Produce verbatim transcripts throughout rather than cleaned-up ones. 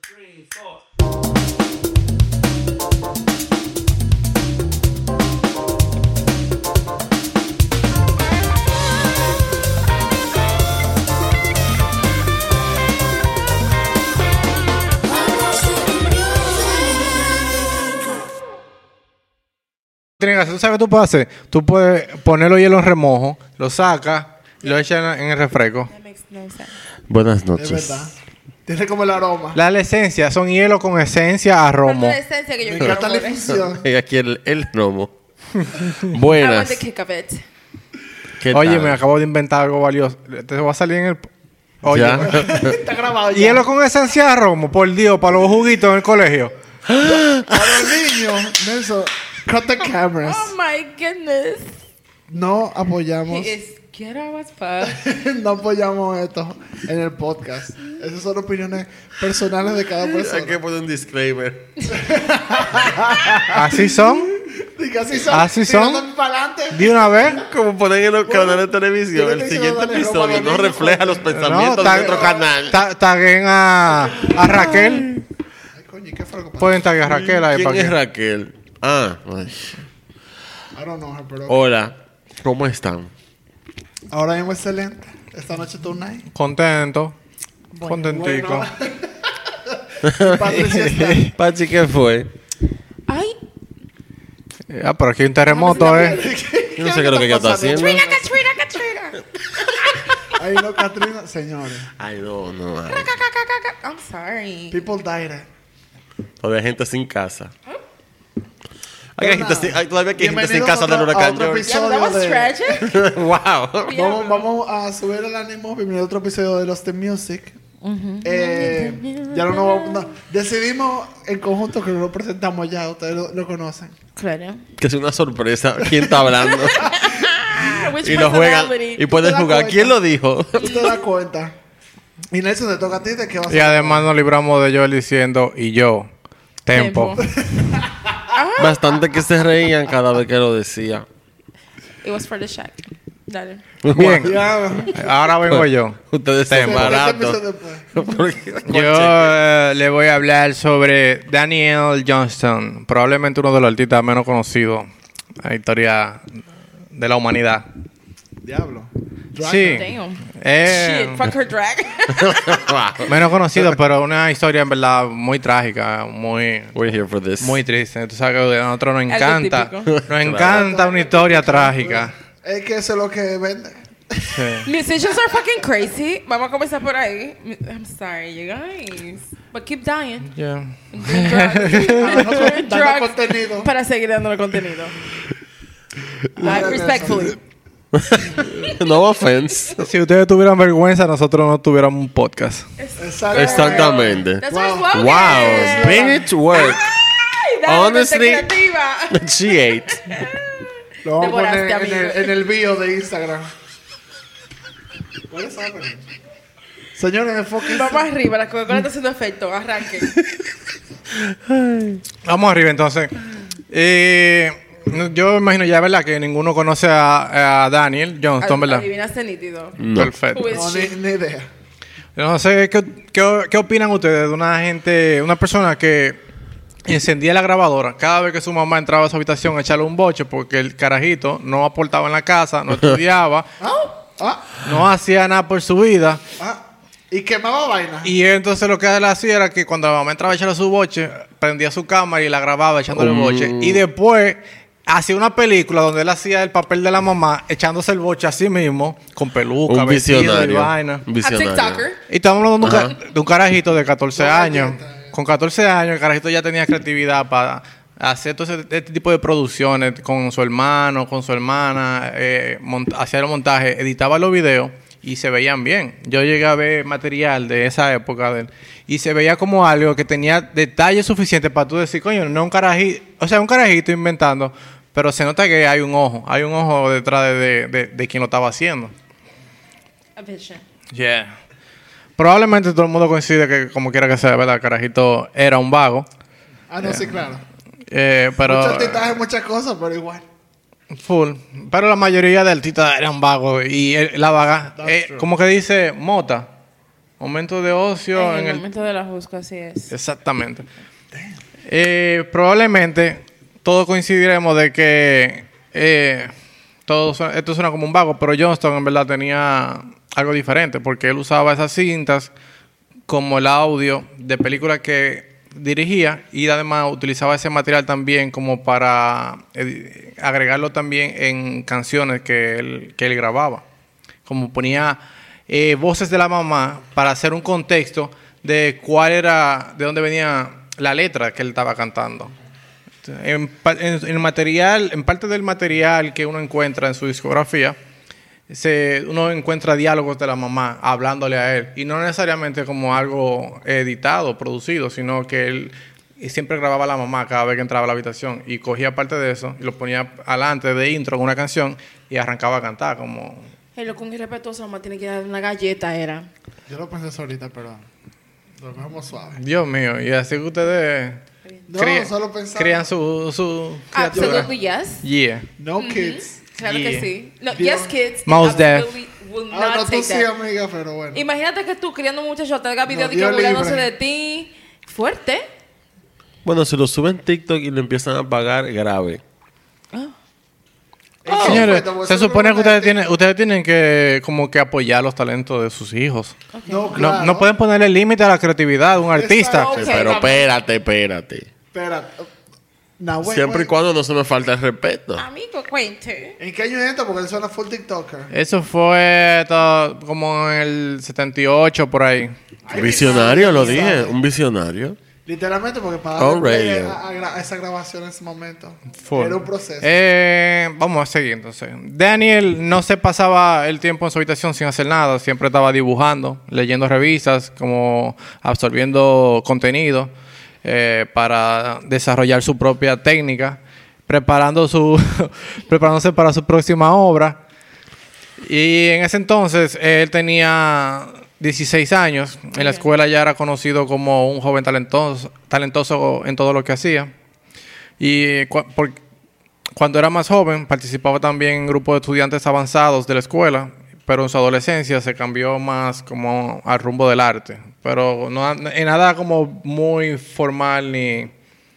three, four. ¿Tú sabes qué tú puedes hacer? Tú puedes ponerlo hielo en remojo, lo sacas y lo echas en el refresco. Buenas Es noches. verdad. Tiene como el aroma. La esencia son hielo con esencia a romo. La esencia que yo Me quiero. encanta la infusión. Y aquí el, el romo. I want Buenas. the kick of it. ¿Qué Oye, tal? me acabo de inventar algo valioso. Te va a salir en el... Oye, ¿Ya? Está grabado ya. hielo con esencia a romo, por Dios, para los juguitos en el colegio. Para los niños, Nelson, cut the cameras. Oh my goodness. No apoyamos, He is ghetto as fuck. no apoyamos esto en el podcast. Esas son opiniones personales de cada Hay persona. que poner un disclaimer. Así son. Diga, así son. Así son. Tirando para adelante. De una vez. Como ponen en los canales de televisión, tiene el que siguiente darle ropa a episodio los no niños, refleja los No, pensamientos de tag- nuestro canal. ta- taguen a, a Raquel. Ay, coño, ¿y qué fue lo que pasó? Pueden taggear a Raquel ahí ¿Quién para es que... Raquel? Ah, ay. I don't know her, pero... Hola. ¿Cómo están? Ahora mismo excelente. Esta noche tú night. Contento. Contentico. Bueno. Patricia está. Pachi, ¿qué fue? Ay, Ah, pero aquí hay un terremoto, ¿eh? Yo no sé qué es lo que ella está haciendo. Katrina, Katrina, Katrina. Ahí no, Katrina. Señores. Ay, no, no. ay. I'm sorry. People died. Todavía hay gente sin casa. Hay gente sin, hay, todavía hay gente sin Bienvenidos casa a del otro- a huracán otro George. Yeah, but that was de- tragic. Wow. Yeah, Vamos, bro. vamos a subir el ánimo. Bienvenido a otro episodio de Los The Music. Eh, ya no, nos vamos- no, decidimos en conjunto que lo presentamos ya. Ustedes lo, lo conocen. Claro. Que es una sorpresa. ¿Quién está hablando? Which y lo juegan. personality? Y pueden ¿Te das jugar. cuenta? ¿Quién lo dijo? Tú te das cuenta. Y Nelson, te toca a ti de qué vas a Y además nos libramos de Joel diciendo, y yo, tempo. Bastante que se reían cada vez que lo decía. It was for the shack. Dale. Bien, Ya, ahora vengo yo. Ustedes son ¿por qué te baratos. empezó después? Porque- Yo eh, le voy a hablar sobre Daniel Johnston, probablemente uno de los artistas menos conocidos en la historia de la humanidad. Diablo. Drag Sí. Damn. Eh, Shit, fuck her drag. Wow. menos conocido, pero una historia en verdad muy trágica, muy We're here for this. muy triste. Tú sabes que a nosotros nos Algo encanta, típico. nos encanta una historia trágica. Es que eso es lo que vende. Sí. Musicians are fucking crazy. Vamos a comenzar por ahí. I'm sorry, you guys. But keep dying. Yeah. Doing drugs. Doing Dando drugs contenido. para seguir dándole contenido. Like, respectfully. No offense. Si ustedes tuvieran vergüenza, nosotros no tuviéramos un podcast. Exacto. Exactamente. That's Wow. our slogan. Wow. Bring it to work. Ay, dale, Honestly- mente creativa. She ate. Lo vamos a poner Devoraste, en el, amigo. en el bio de Instagram. ¿Cuál es esa? Señores, enfóquense. Vamos arriba, la Coca-Cola está haciendo efecto. Arranque. Vamos arriba entonces. Eh, no, yo imagino ya, ¿verdad? Que ninguno conoce a, a Daniel Johnston, ¿verdad? Adivinaste nítido. No. Perfecto. Who is No, she? ni, ni idea. Yo no sé, ¿qué, qué, qué opinan ustedes de una gente, una persona que encendía la grabadora cada vez que su mamá entraba a su habitación a echarle un boche porque el carajito no aportaba en la casa, no estudiaba, Ah, no hacía nada por su vida? ah. Y quemaba vaina. Y entonces lo que él hacía era que cuando la mamá entraba a echarle su boche, prendía su cámara y la grababa echándole el Mm. boche. Y después hacía una película donde él hacía el papel de la mamá echándose el boche a sí mismo, con peluca, Un vestido y visionario. vaina. Un A visionario. TikToker. Y estamos hablando de un, Ajá. ca- de un carajito de catorce No, años. galleta. Con catorce años, el carajito ya tenía creatividad para hacer todo ese- este tipo de producciones con su hermano, con su hermana, eh, mont- hacía el montaje, editaba los videos y se veían bien. Yo llegué a ver material de esa época de él y se veía como algo que tenía detalles suficientes para tú decir, coño, no es un carajito, o sea, un carajito inventando, pero se nota que hay un ojo, hay un ojo detrás de, de, de- de quien lo estaba haciendo. A vision. Yeah. Probablemente todo el mundo coincide que, como quiera que sea, ¿verdad? El carajito era un vago. Ah, no, sí, claro. Eh, pero... Muchos artistas, muchas cosas, pero igual. Full. Pero la mayoría de artistas eran vagos. Y él- la vaga... That's eh, true. como que dice Mota. Momento de ocio En, en el el... momento de la juzga, así es. Exactamente. Eh, probablemente todos coincidiremos de que eh, todo suena- esto suena como un vago, pero Johnston en verdad tenía algo diferente porque él usaba esas cintas como el audio de películas que dirigía y además utilizaba ese material también como para eh, agregarlo también en canciones que él, que él grababa. Como ponía eh, voces de la mamá para hacer un contexto de cuál era, de dónde venía la letra que él estaba cantando. En, pa- en, en material, en parte del material que uno encuentra en su discografía, se, uno encuentra diálogos de la mamá hablándole a él y no necesariamente como algo editado, producido, sino que él siempre grababa a la mamá cada vez que entraba a la habitación y cogía parte de eso y lo ponía adelante de intro con una canción y arrancaba a cantar como... Hey, lo con irrespetuoso, mamá tiene que dar una galleta, era. Yo lo pensé eso ahorita, pero lo dejamos suave. Dios mío, y así que ustedes No, crían, solo pensaba. crían su, su criatura. Absolutely yes. Yeah. No kids. Claro Yeah. que sí. No, Dios. yes, kids. Most absolutely will Ah, no, not tú take sí, that. amiga, pero bueno. Imagínate que tú criando un muchacho te haga videos No, de que Dios burlándose libre. de ti. Fuerte. Bueno, si lo suben TikTok y lo empiezan a pagar, grave. Es que Señores, fue, te voy a se hacer supone que una ustedes gente- tienen, ustedes tienen que como que apoyar los talentos de sus hijos. No, No, claro. no pueden ponerle límite a la creatividad de un artista. Exacto. Ok, Pero vamos. espérate, espérate. Espera. No, wait, Siempre y wait. cuando no se me falta el respeto. Amigo, cuente. ¿En qué año es esto? Porque él suena full TikToker. Eso fue todo como en el setenta y ocho por ahí. Ay, Visionario, mi lo padre, dije. mi padre. Un visionario. Literalmente porque para Oh, darle play radio. a, a gra- a esa grabación en ese momento Full. era un proceso. Eh, vamos a seguir entonces. Daniel no se pasaba el tiempo en su habitación sin hacer nada. Siempre estaba dibujando, leyendo revistas, como absorbiendo contenido eh, para desarrollar su propia técnica, preparando su, preparándose para su próxima obra. Y en ese entonces él tenía dieciséis años. En la escuela ya era conocido como un joven talentoso, talentoso en todo lo que hacía. Y cu- por- cuando era más joven participaba también en grupos de estudiantes avanzados de la escuela, pero en su adolescencia se cambió más como al rumbo del arte. Pero no en nada como muy formal ni...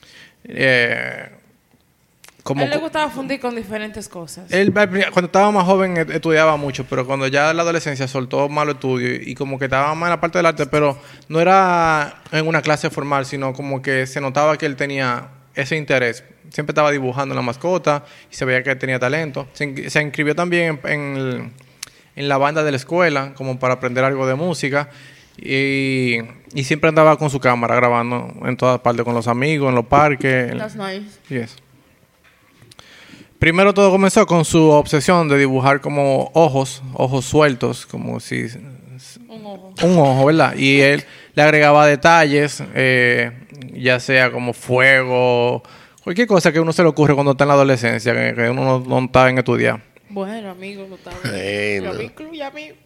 eh, A como él le gustaba fundir con diferentes cosas. él al pri- cuando estaba más joven e- estudiaba mucho, pero cuando ya en la adolescencia soltó más los estudios y como que estaba más en la parte del arte, pero no era en una clase formal, sino como que se notaba que él tenía ese interés. Siempre estaba dibujando la mascota y se veía que tenía talento. Se, in- se inscribió también en, en el- en la banda de la escuela, como para aprender algo de música. Y, y siempre andaba con su cámara grabando en todas partes, con los amigos, en los parques. That's nice. Yes. Primero todo comenzó con su obsesión de dibujar como ojos, ojos sueltos, como si... Un ojo. Un ojo, ¿verdad? Y él le agregaba detalles, eh, ya sea como fuego, cualquier cosa que a uno se le ocurre cuando está en la adolescencia, que, que uno no, no está en estudiar. Bueno, amigo, no está Bueno. Pero me incluye a mí.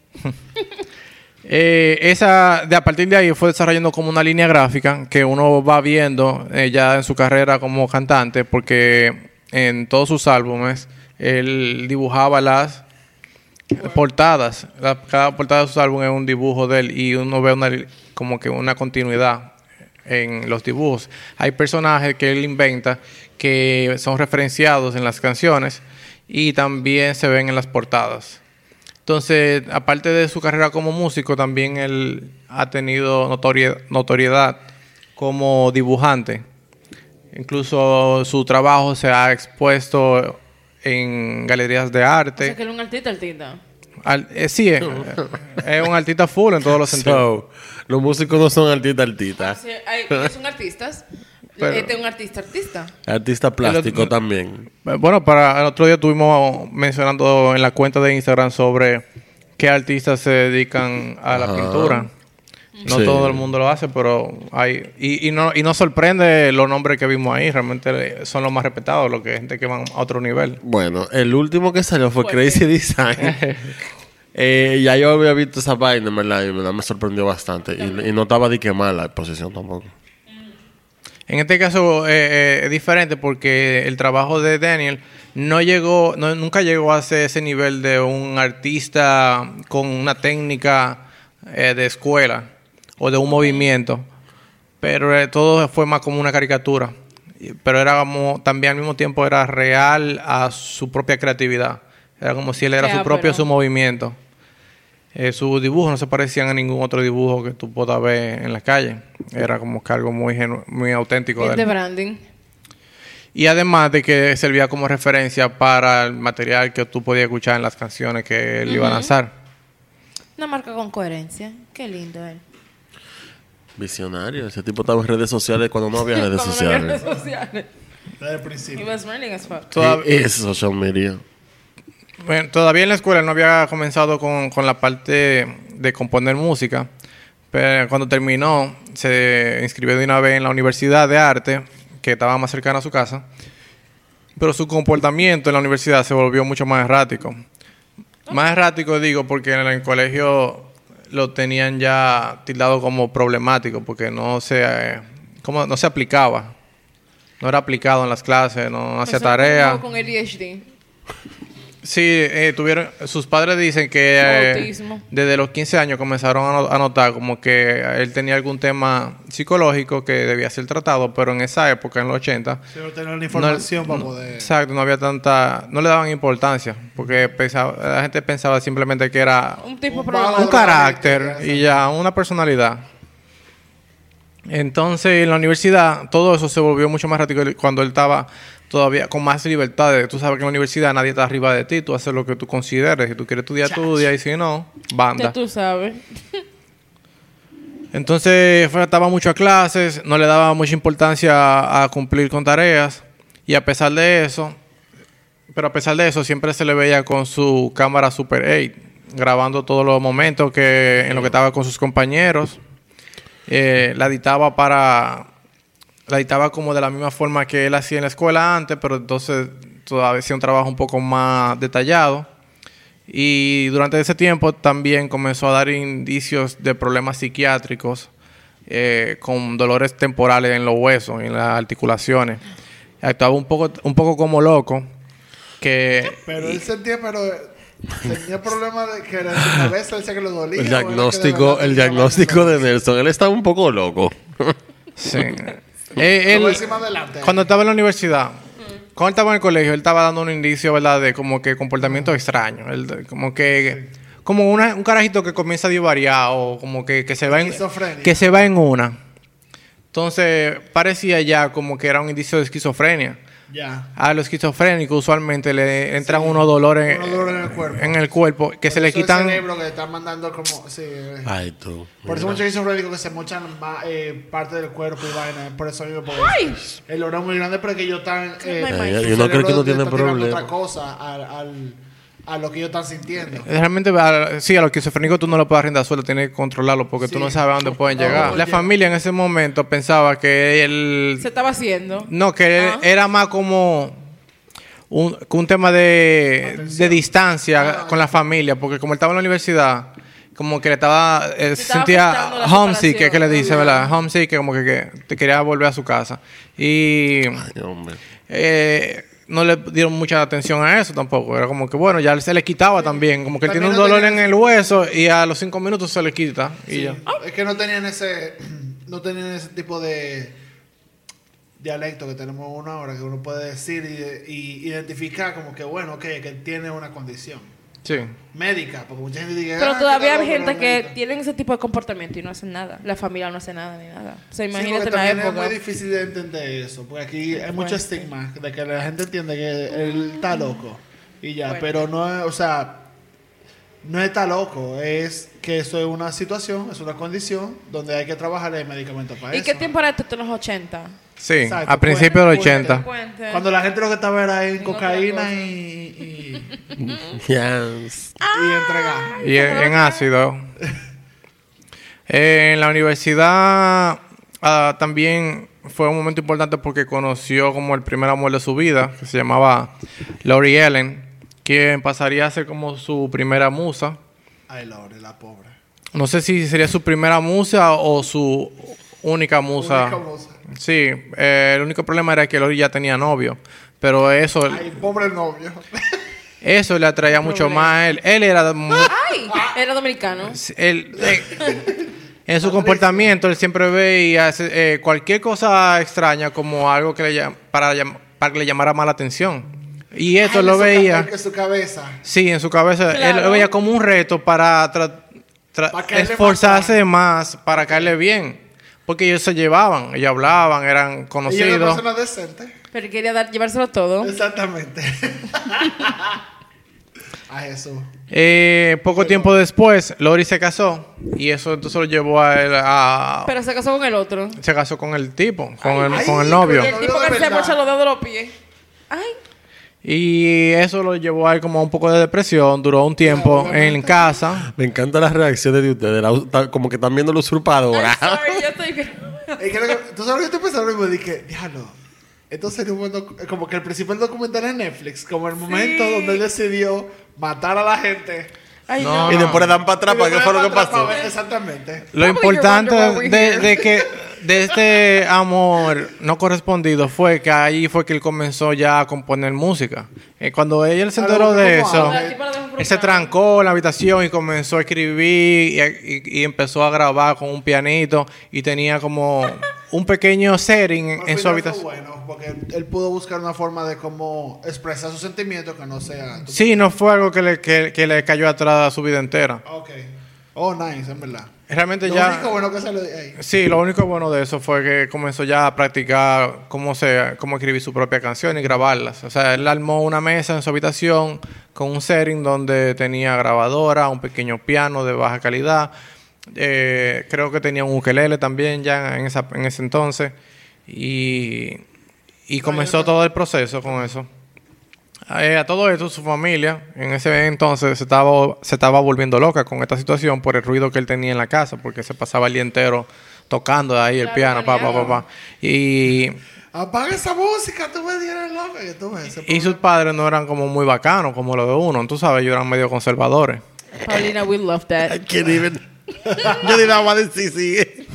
Eh, esa, de a partir de ahí fue desarrollando como una línea gráfica que uno va viendo eh, ya en su carrera como cantante, porque en todos sus álbumes él dibujaba las portadas. La- cada portada de sus álbumes es un dibujo de él y uno ve una, li- como que una continuidad en los dibujos. Hay personajes que él inventa que son referenciados en las canciones y también se ven en las portadas. Entonces, aparte de su carrera como músico, también él ha tenido notorie- notoriedad como dibujante. Incluso su trabajo se ha expuesto en galerías de O arte. sea, que él es un artista, artista. Al- eh, sí, es, es un artista full en todos los sentidos. So, los músicos no son artistas, artistas. Sí, hay- ellos son artistas. Pero- Este es un artista, artista. Artista plástico El- también. Bueno, para el otro día estuvimos mencionando en la cuenta de Instagram sobre qué artistas se dedican a la Ajá. pintura. No Sí. todo el mundo lo hace, pero hay... Y, y no y no sorprende los nombres que vimos ahí. Realmente son los más respetados, los que gente que van a otro nivel. Bueno, el último que salió fue Fuerte. Crazy Design. Eh, ya yo había visto esa vaina, en verdad, y en verdad me sorprendió bastante. Y, y no estaba de que mal la exposición tampoco. En este caso eh, eh, es diferente porque el trabajo de Daniel no llegó, no- nunca llegó a ser ese nivel de un artista con una técnica eh, de escuela o de un movimiento, pero eh, todo fue más como una caricatura. Pero era como, también al mismo tiempo era real a su propia creatividad. Era como si él era Ya, su propio pero- su movimiento. Eh, sus dibujos no se parecían a ningún otro dibujo que tú puedas ver en la calle. Era como que algo muy genu- muy auténtico de Bien él. de branding. Y además de que servía como referencia para el material que tú podías escuchar en las canciones que él iba a lanzar. Una marca con coherencia. Qué lindo él. Visionario. Ese tipo estaba en redes sociales cuando no había redes Cuando no había sociales. redes sociales. Desde el He principio. was running as fuck. Toda- ¿Qué es social media? Bueno, todavía en la escuela no había comenzado con, con la parte de componer música, pero cuando terminó se inscribió de una vez en la Universidad de Arte, que estaba más cercana a su casa, pero su comportamiento en la universidad se volvió mucho más errático. Más errático digo porque en el colegio lo tenían ya tildado como problemático, porque no se, eh, como, no se aplicaba, no era aplicado en las clases, no hacía Eso tarea. como con A D H D. Sí, eh, tuvieron, sus padres dicen que eh, Autismo. desde los quince años comenzaron a no- a notar como que él tenía algún tema psicológico que debía ser tratado, pero en esa época, en los ochenta, Si no tener la información no- para no- poder... exacto, no había tanta, no le daban importancia, porque pensaba, la gente pensaba simplemente que era Un tipo Un problemático. un vago. carácter y ya, una personalidad. Entonces, en la universidad, todo eso se volvió mucho más radical cuando él estaba todavía con más libertades. Tú sabes que en la universidad nadie está arriba de ti, tú haces lo que tú consideres. Si tú quieres estudiar, estudia, y si no, Ya banda. tú sabes. Entonces, faltaba mucho a clases, no le daba mucha importancia a, a cumplir con tareas. Y a pesar de eso, pero a pesar de eso, siempre se le veía con su cámara Super ocho, grabando todos los momentos que en lo que estaba con sus compañeros. Eh, la editaba para... La editaba como de la misma forma que él hacía en la escuela antes, pero entonces todavía hacía un trabajo un poco más detallado. Y durante ese tiempo también comenzó a dar indicios de problemas psiquiátricos, eh, con dolores temporales en los huesos, en las articulaciones. Actuaba un poco, un poco como loco, que... Pero él sentía, pero tenía problemas de que era su cabeza, él decía que lo dolía. El o era que de diagnóstico, verdad el tenía diagnóstico de vaina. Nelson. Él estaba un poco loco. Sí. Eh, Lo voy a él- decir más adelante. cuando estaba en la universidad, cuando él estaba en el colegio, él estaba dando un indicio, ¿verdad?, de como que comportamiento extraño. Él, como que... Como una- un carajito que comienza a divariar o como que, que se va en... Esquizofrenia. Que se va en una. Entonces, parecía ya como que era un indicio de esquizofrenia. Ya. A los esquizofrénicos usualmente le entran unos dolores, Unos dolores en el cuerpo. en el cuerpo que se le Por eso quitan. El cerebro que está mandando como... Sí. Ay, tú. Por eso muchos esquizofrénicos que se mochan ma- eh, parte del cuerpo y vaina. Por eso mismo, porque ¡Ay! el logro es muy grande, pero que ellos están... Eh, Ay, Ay, su yo no creo que cerebro no tiene está tirando problema. otra cosa al, al, a lo que ellos están sintiendo. Realmente, a- sí, a los esquizofrénicos tú no lo puedes arrendar suelo, tienes que controlarlo porque tú Sí. no sabes a dónde pueden No, llegar. no, La oye. familia en ese momento pensaba que él. Se estaba haciendo. No, que él Ah. era más como. Un, un tema de, Atención. de distancia Ah. con la familia, porque como él estaba en la universidad, como que le estaba, eh, se estaba sentía afectando la homesick, que, separación. que le dice, Ah. ¿verdad? Homesick, que como que, que te quería volver a su casa. Y Ay, hombre. eh, no le dieron mucha atención a eso tampoco. Era como que, bueno, ya se le quitaba también. Como que él tiene También un no dolor tenía- en el hueso y a los cinco minutos se le quita. Y Sí. ya. Es que no tenían ese... No tenían ese tipo de... dialecto que tenemos uno ahora, que uno puede decir y, y identificar como que, bueno, ok, que tiene una condición Sí. médica, porque mucha gente dice... Pero "Ah, todavía que hay tal, gente pero que médica". tienen ese tipo de comportamiento y no hacen nada. La familia no hace nada ni nada. O sea, Sí, imagínate porque en la también es época. muy difícil de entender eso, porque aquí hay mucho Fuerte. estigma de que la gente entiende que él está loco y ya, Fuerte. pero no es, o sea, no está loco, es que eso es una situación, es una condición donde hay que trabajar el medicamento para ¿Y eso. qué tiempo era esto en los ochenta? Sí, Exacto, a principios de los cuente, ochenta. Cuente. Cuando la gente lo que estaba era en En otra cocaína cosa. y, y, Yes. y entregar. Y en, en ácido. Eh, en la universidad ah, también fue un momento importante porque conoció como el primer amor de su vida, que se llamaba Lori Ellen, quien pasaría a ser como su primera musa. Ay, Lore, la pobre. No sé si sería su primera musa o su única musa. Única musa. Sí, eh, el único problema era que Lori ya tenía novio, pero eso... Ay, pobre novio. Eso le atraía mucho Problema. más a él. Él era muy, Ay, era dominicano. él, eh, en su comportamiento él siempre veía eh, cualquier cosa extraña como algo que le llam- para, llam- para que le llamara más la atención. Y esto Ay, lo en su veía, ca- En su cabeza. sí, en su cabeza, él Claro. lo veía como un reto para tra- tra- Para caerle esforzarse más para caerle bien. Porque ellos se llevaban, ellos hablaban, eran Ella era una conocidos. persona decente. Pero quería dar, llevárselo todo. Exactamente. A Jesús. Eh, poco tiempo después, Lori se casó y eso entonces lo llevó a él a... Pero se casó con el otro. se casó con el tipo, con, el, Ay, con el ay, novio. Y el tipo de que se verdad. mocha los dedos de los pies. Ay. Y eso lo llevó a él como a un poco de depresión. Duró un tiempo obviamente. en casa. Me encantan las reacciones de ustedes. la- ta- como que están viendo la usurpadora. I'm sorry, yo estoy... Es que lo que- tú sabes lo que estoy pensando y me dije, diablo. Esto sería un buen docu- como que el principal documental en Netflix, como el momento donde él decidió matar a la gente. Ay, No, no. Y después le dan para atrás Y para qué después fue lo que para atrás pasó. para ver- Exactamente. Lo Probably importante you're wondering why de, we're de que de este amor no correspondido fue que ahí fue que él comenzó ya a componer música. Eh, cuando ella se A enteró lo de como eso, habla. La tipa lo dejó él se frustrado. trancó en la habitación y comenzó a escribir y, y- y empezó a grabar con un pianito y tenía como un pequeño setting en, Al en su final fue habitación. bueno, porque él, él pudo buscar una forma de cómo expresar sus sentimientos que no sea. Sí, no fue algo que le, que, que le cayó atrás a su vida entera. Ok. Oh, nice, en verdad. Realmente Lo ya... único bueno que salió de ahí. Sí, lo único bueno de eso fue que comenzó ya a practicar cómo se, cómo escribir su propia canción y grabarlas. O sea, él armó una mesa en su habitación con un setting donde tenía grabadora, un pequeño piano de baja calidad. Eh, creo que tenía un ukelele también ya en esa, en ese entonces. Y, y comenzó todo el proceso con eso. Eh, a todo esto, su familia en ese entonces se estaba, se estaba volviendo loca con esta situación por el ruido que él tenía en la casa, porque se pasaba el día entero tocando ahí el Claro, piano, pa, pa, pa, pa. Y, Apaga esa música, tú me dieras loco. Y, tú ves ese y problema. sus padres no eran como muy bacanos como los de uno, tú sabes, ellos eran medio conservadores. Paulina, we love that. I can't even. Yo ni nada más decir sí.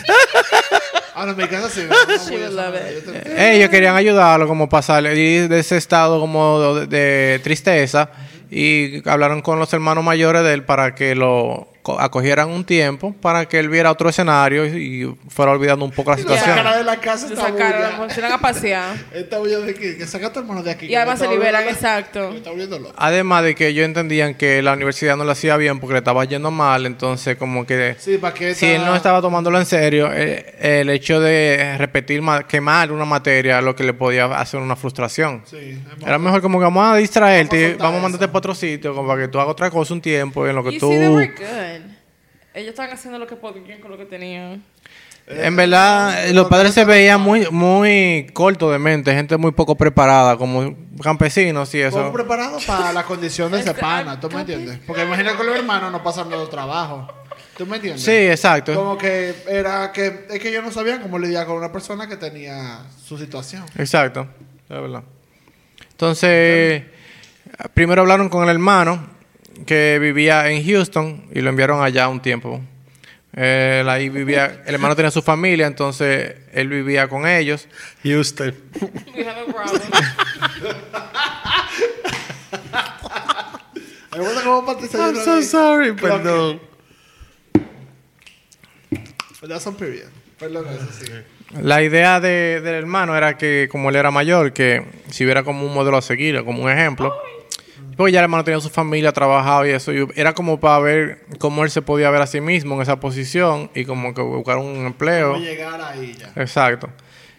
Ahora en mi casa sí. no, no She voy a would love saber. it. Yo te- Ellos querían ayudarlo, como pasarle y de ese estado como de, de tristeza, y hablaron con los hermanos mayores de él para que lo co- acogieran un tiempo, para que él viera otro escenario y, y fuera olvidando un poco la Lo situación. sacaron de la casa Se esta sacaron, bulla. se iban a pasear. Esta bulla de aquí. Que saca a tu hermano de aquí. Y además se Me está liberan, volviendo- exacto. Me está volviendo loco. Además de que ellos entendían que la universidad no lo hacía bien porque le estaba yendo mal, entonces como que Sí, para que si él no estaba tomándolo en serio, eh, el hecho de repetir, ma- quemar una materia, lo que le podía hacer una frustración. Sí, es Era mejor como que vamos a distraerte, Vamos a y soltar vamos a mandarte eso. para otro sitio, como para que tú hagas otra cosa un tiempo y en lo que You tú... see, they were good. Ellos estaban haciendo lo que podían con lo que tenían. En verdad, eh, los padres se veían muy muy cortos de mente, gente muy poco preparada, como campesinos y Poco eso. preparado para la condición de ese Este, pana, ¿tú me entiendes? Porque imagina que los hermanos no pasan los trabajo. ¿Tú me entiendes? Sí, exacto. Como que era que es que ellos no sabían cómo lidiar con una persona que tenía su situación. Exacto, es verdad. Entonces, primero hablaron con el hermano que vivía en Houston y lo enviaron allá un tiempo. Él ahí vivía, el hermano tenía su familia, entonces él vivía con ellos. Houston. We have a problem. Me gusta cómo Patricia I'm llora so ahí. sorry, Creo que- perdón. That's on period. Perdón, eso sí. La idea de- del hermano era que, como él era mayor, que si hubiera como un modelo a seguir, como un ejemplo. Porque ya el hermano tenía su familia, trabajaba y eso. Y era como para ver cómo él se podía ver a sí mismo en esa posición y como que buscar un empleo. Cómo llegar ahí ya. Exacto.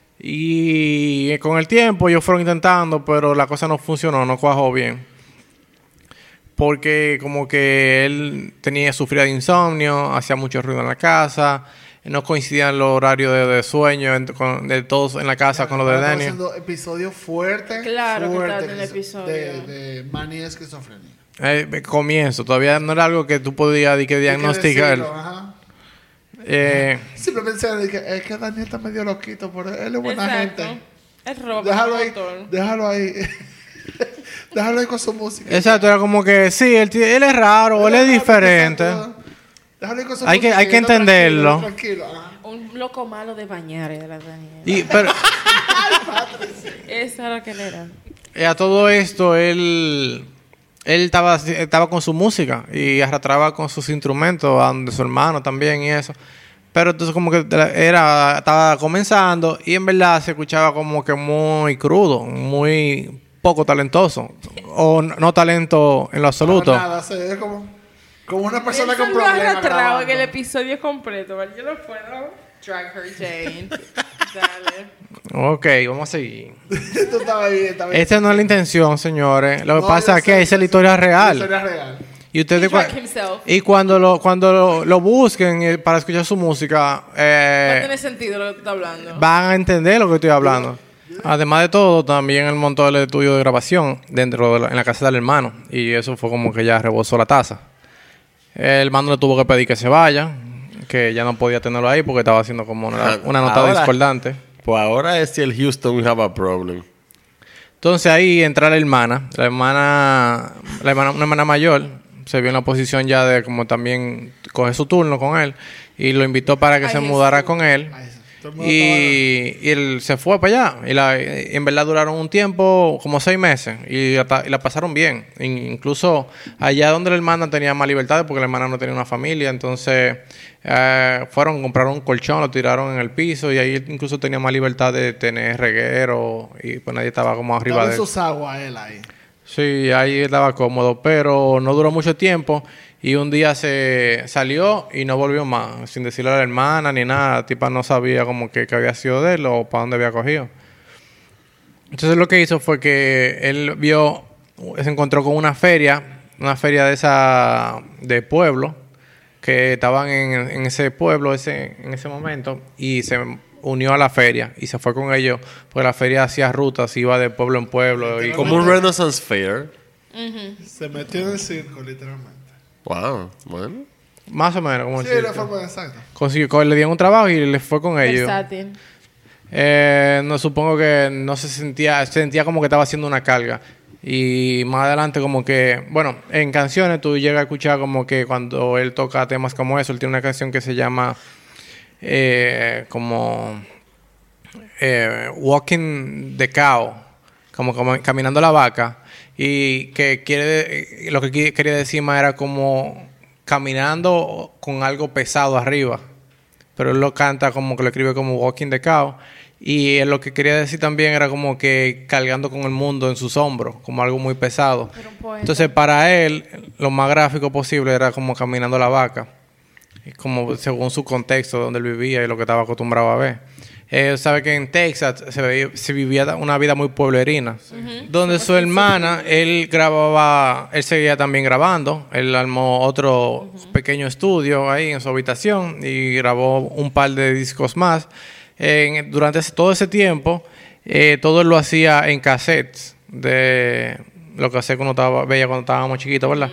Y con el tiempo ellos fueron intentando, pero la cosa no funcionó, no cuajó bien. Porque como que él tenía, sufría de insomnio, hacía mucho ruido en la casa, no coincidían los horarios de, de sueño en- con- de todos en la casa con lo de Estaba Danny. haciendo episodios fuertes. Claro que fuertes estaba en el episodio. De, de manía y esquizofrenia. Eh, comienzo, todavía no era algo que tú podías di que Hay que diagnosticar. decirlo, ajá. Eh, Simplemente de que, es que Daniel está medio loquito, pero él es buena Exacto. gente. Es robo. Déjalo ahí, motor. déjalo ahí. déjalo ahí con su música. exacto, era como que sí, él, ti- él es raro, él es diferente. Déjalo ahí con su Hay que- música hay y que él está entenderlo. Tranquilo, tranquilo, ajá. Un loco malo de bañar era Daniel. Y, pero, Eso era lo que él era. Eh, a todo esto, él él estaba, estaba con su música y arrastraba con sus instrumentos, a donde su hermano también y eso. Pero entonces como que era, estaba comenzando y en verdad se escuchaba como que muy crudo, muy poco talentoso. O no talento en lo absoluto. No, nada, se ve como, como una persona Eso con lo problemas arrastrado grabando. en el episodio completo, ¿vale? Yo no puedo. Drag her, Jane. Dale. Ok, vamos a seguir. Esto estaba bien, estaba bien. Esta no es la intención, señores. Lo que No, pasa yo es que sé, esa es la yo historia sé. real. La historia real. Y ustedes He cua- dragged himself. y cuando lo cuando lo, lo busquen eh, para escuchar su música No eh, tiene sentido lo que tú estás hablando. van a entender lo que estoy hablando. Además de todo, también él montó el estudio de grabación dentro de la, en la casa del hermano y eso fue como que ya rebosó la taza. El hermano le tuvo que pedir que se vaya, que ya no podía tenerlo ahí porque estaba haciendo como una, una nota Ahora- discordante. Pues ahora es si el Houston have a problem. Entonces ahí entra la hermana, la hermana, la hermana, una hermana mayor, se vio en la posición ya de como también coger su turno con él y lo invitó para que Ay, se Jesús. mudara con él. Ay, todo el mundo Y, y él se fue para allá. Y, la, y en verdad duraron un tiempo, como seis meses. Y la, pa- y la pasaron bien. In- incluso allá donde la hermana tenía más libertades, porque la hermana no tenía una familia. Entonces eh, fueron, compraron un colchón, lo tiraron en el piso. Y ahí incluso tenía más libertad de tener reguero. Y pues nadie estaba como arriba Estaba de en él. sus aguas él ahí. Sí, ahí estaba cómodo, pero no duró mucho tiempo y un día se salió y no volvió más, sin decirle a la hermana ni nada. La tipa no sabía como que, que había sido de él o para dónde había cogido. Entonces lo que hizo fue que él vio, se encontró con una feria, una feria de esa de pueblo, que estaban en, en ese pueblo ese, en ese momento y se unió a la feria y se fue con ellos, porque la feria hacía rutas, iba de pueblo en pueblo. Y Como un Renaissance Fair. Se metió en el circo, literalmente. Wow, bueno. más o menos, como Sí, decir, la forma exacta. consiguió, co- le dieron un trabajo y le fue con ellos. Versátil. Eh, no supongo que no se sentía, se sentía como que estaba haciendo una carga. Y más adelante como que, bueno, en canciones tú llegas a escuchar como que cuando él toca temas como eso, él tiene una canción que se llama eh, como eh, Walking the Cow, como, como caminando la vaca, y que quiere, lo que qui- quería decir más era como caminando con algo pesado arriba, pero él lo canta como que lo escribe como Walking the Cow. Y él lo que quería decir también era como que cargando con el mundo en sus hombros, como algo muy pesado. Era un poeta. Entonces, para él, lo más gráfico posible era como caminando la vaca, y como según su contexto, donde él vivía y lo que estaba acostumbrado a ver. Él sabe que en Texas se, veía- se vivía una vida muy pueblerina, donde su hermana, él grababa, él seguía también grabando, él armó otro pequeño estudio ahí en su habitación y grabó un par de discos más. En- durante ese- todo ese tiempo, eh, todo él lo hacía en cassettes, de lo que hacía cuando estaba, veía cuando estábamos chiquitos, ¿verdad?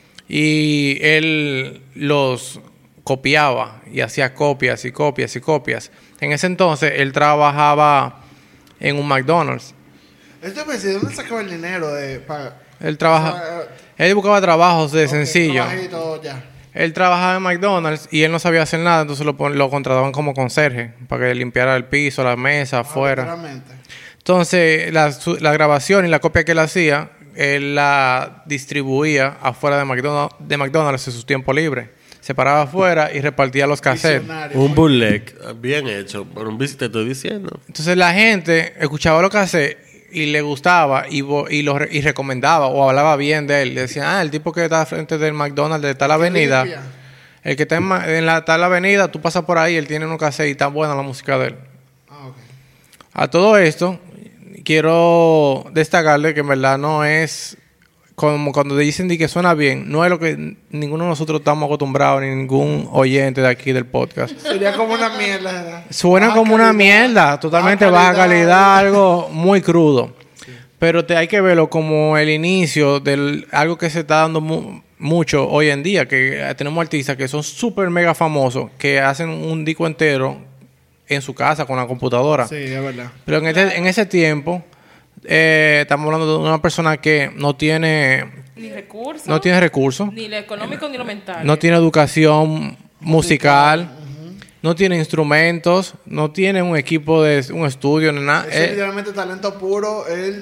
Y él los copiaba y hacía copias y copias y copias. En ese entonces, él trabajaba en un McDonald's. Esto me dice, ¿dónde sacaba el dinero de para Él trabaja, él buscaba trabajos de sencillo. Trabajito, ya. Él trabajaba en McDonald's y él no sabía hacer nada, entonces lo, pon- lo contrataban como conserje para que limpiara el piso, la mesa, afuera. Literalmente. Entonces, la, su- la grabación y la copia que él hacía, él la distribuía afuera de McDonald's, de McDonald's en su tiempo libre. Se paraba afuera y repartía los cassettes. Visionario. Un bootleg bien hecho. Por un bis- te estoy diciendo. Entonces, la gente escuchaba los cassettes y le gustaba y, vo- y, lo re- y recomendaba o hablaba bien de él. Decían, ah, el tipo que está frente del McDonald's de tal avenida. limpia. El que está en, ma- en la tal avenida, tú pasas por ahí, él tiene un cassette y está buena la música de él. Ah, ok. A todo esto, quiero destacarle que en verdad no es como cuando dicen de que suena bien, no es lo que ninguno de nosotros estamos acostumbrados, ni ningún oyente de aquí del podcast. Sería como una mierda, ¿verdad? Suena Baja como una calidad, mierda, totalmente baja calidad, algo muy crudo. Pero te hay que verlo como el inicio de algo que se está dando mu- mucho hoy en día, que eh, tenemos artistas que son súper mega famosos, que hacen un disco entero en su casa con la computadora. Sí, es verdad. Pero en, este- en ese tiempo, eh, estamos hablando de una persona que no tiene, Ni recursos. no tiene recursos, Ni lo económico ni lo mental. no tiene educación musical, no tiene instrumentos, no tiene un equipo de un estudio ni nada. Eso es Eh, literalmente talento puro. Él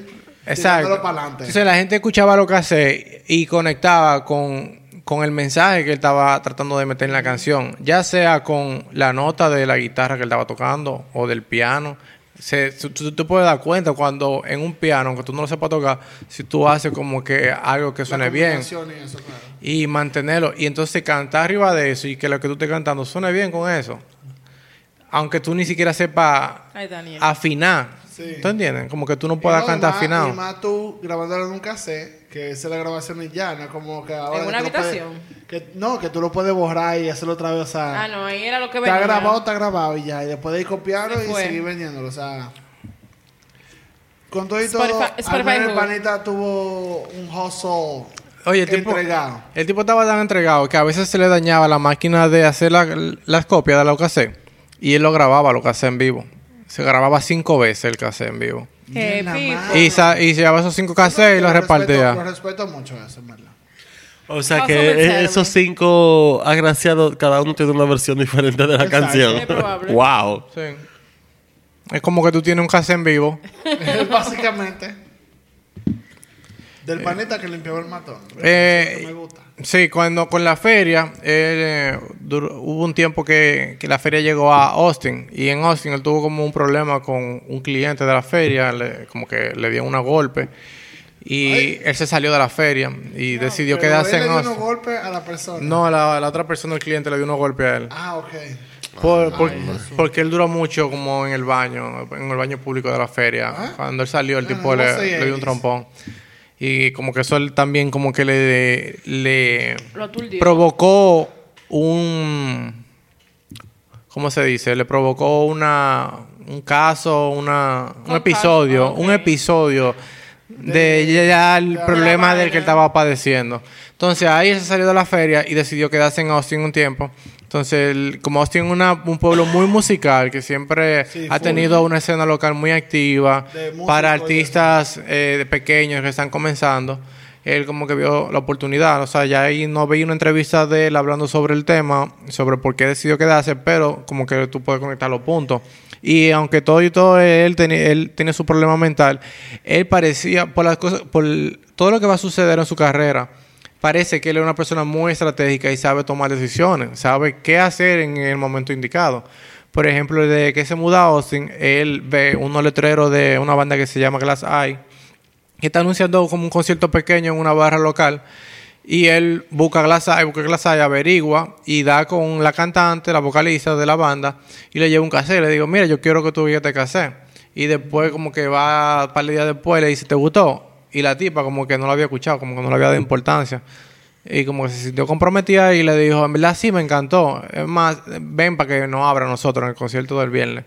Exacto. para adelante. Entonces la gente escuchaba lo que hace y conectaba con, con el mensaje que él estaba tratando de meter en la canción, ya sea con la nota de la guitarra que él estaba tocando o del piano. Se, tú, tú te puedes dar cuenta cuando en un piano, aunque tú no lo sepas tocar, si tú haces como que algo que suene bien Y, eso, claro. y mantenerlo, y entonces cantar arriba de eso y que lo que tú estés cantando suene bien con eso, aunque tú ni siquiera sepas Ay, Daniel. afinar. Sí. ¿Tú entiendes? Como que tú no puedas Y no, cantar y más- afinado. Y más tú grabándolo en un cassette, que esa es la grabación y ya, no es como que ahora. ¿En que una tú lo puedes- habitación? que, no, que tú lo puedes borrar y hacerlo otra vez, o sea. Ah, no, ahí era lo que Está venía. grabado, está grabado y ya. Y después de ir copiarlo Se y fue. seguir vendiéndolo, o sea. Con todo y todo, Spotify- al Spotify menos el Who. panita tuvo un hustle Oye, el tipo, entregado. el tipo estaba tan entregado que a veces se le dañaba la máquina de hacer la- las copias de los cassettes y él lo grababa, los cassettes en vivo. Se grababa cinco veces el cassette en vivo. Qué Bien, la pipo. madre. Y, sa- y se llevaba esos cinco cassettes y los Lo respeto- repartía. Lo respeto mucho eso, en verdad. O sea Más que o menos, e- esos cinco agraciados, cada uno tiene una versión diferente de la Exacto. canción. Es probable. Wow. Sí. Es como que tú tienes un cassette en vivo. Básicamente. Del panita que limpiaba el matón. Eh, Eso me gusta. Sí, cuando con la feria, él, eh, duró- hubo un tiempo que, que la feria llegó a Austin y en Austin él tuvo como un problema con un cliente de la feria, le- como que le dio una golpe y Ay. él se salió de la feria y decidió Pero quedarse él en le dio unos Austin. golpes a la persona. No, la, la otra persona, el cliente, le dio unos golpes a él. Ah, ok. Por- por- porque él duró mucho como en el baño, en el baño público de la feria. Ah. Cuando él salió, el Ah, tipo no le, sé, le dio un Elvis. trompón. Y como que eso él también como que le, le Lo aturdió. provocó un... ¿Cómo se dice? Le provocó una un caso, una, un Un episodio, caso, ok. un episodio de, De- ya el de- problema de la del que él vaina. estaba padeciendo. Entonces ahí él se salió de la feria y decidió quedarse en Austin un tiempo. Entonces, el- como Austin es una- un pueblo muy musical, que siempre Sí, ha full. tenido una escena local muy activa De músicos para y artistas eh, pequeños que están comenzando, él como que vio la oportunidad. O sea, ya ahí no veía una entrevista de él hablando sobre el tema, sobre por qué decidió quedarse, pero como que tú puedes conectar los puntos. Y aunque todo y todo él, teni- él tiene su problema mental, él parecía, por las cosas, por todo lo que va a suceder en su carrera, parece que él es una persona muy estratégica y sabe tomar decisiones, sabe qué hacer en el momento indicado. Por ejemplo, desde que se muda a Austin, él ve unos letreros de una banda que se llama Glass Eye, que está anunciando como un concierto pequeño en una barra local. Y él busca Glass Eye, busca Glass Eye, averigua y da con la cantante, la vocalista de la banda, y le lleva un cassette. Le digo, mira, yo quiero que tú veas este cassette. Y después como que va un par de días después, le dice, ¿te gustó? Y la tipa como que no lo había escuchado, como que no le había dado importancia. Y como que se sintió comprometida y le dijo, en verdad sí me encantó. Es más, ven para que nos abra a nosotros en el concierto del viernes.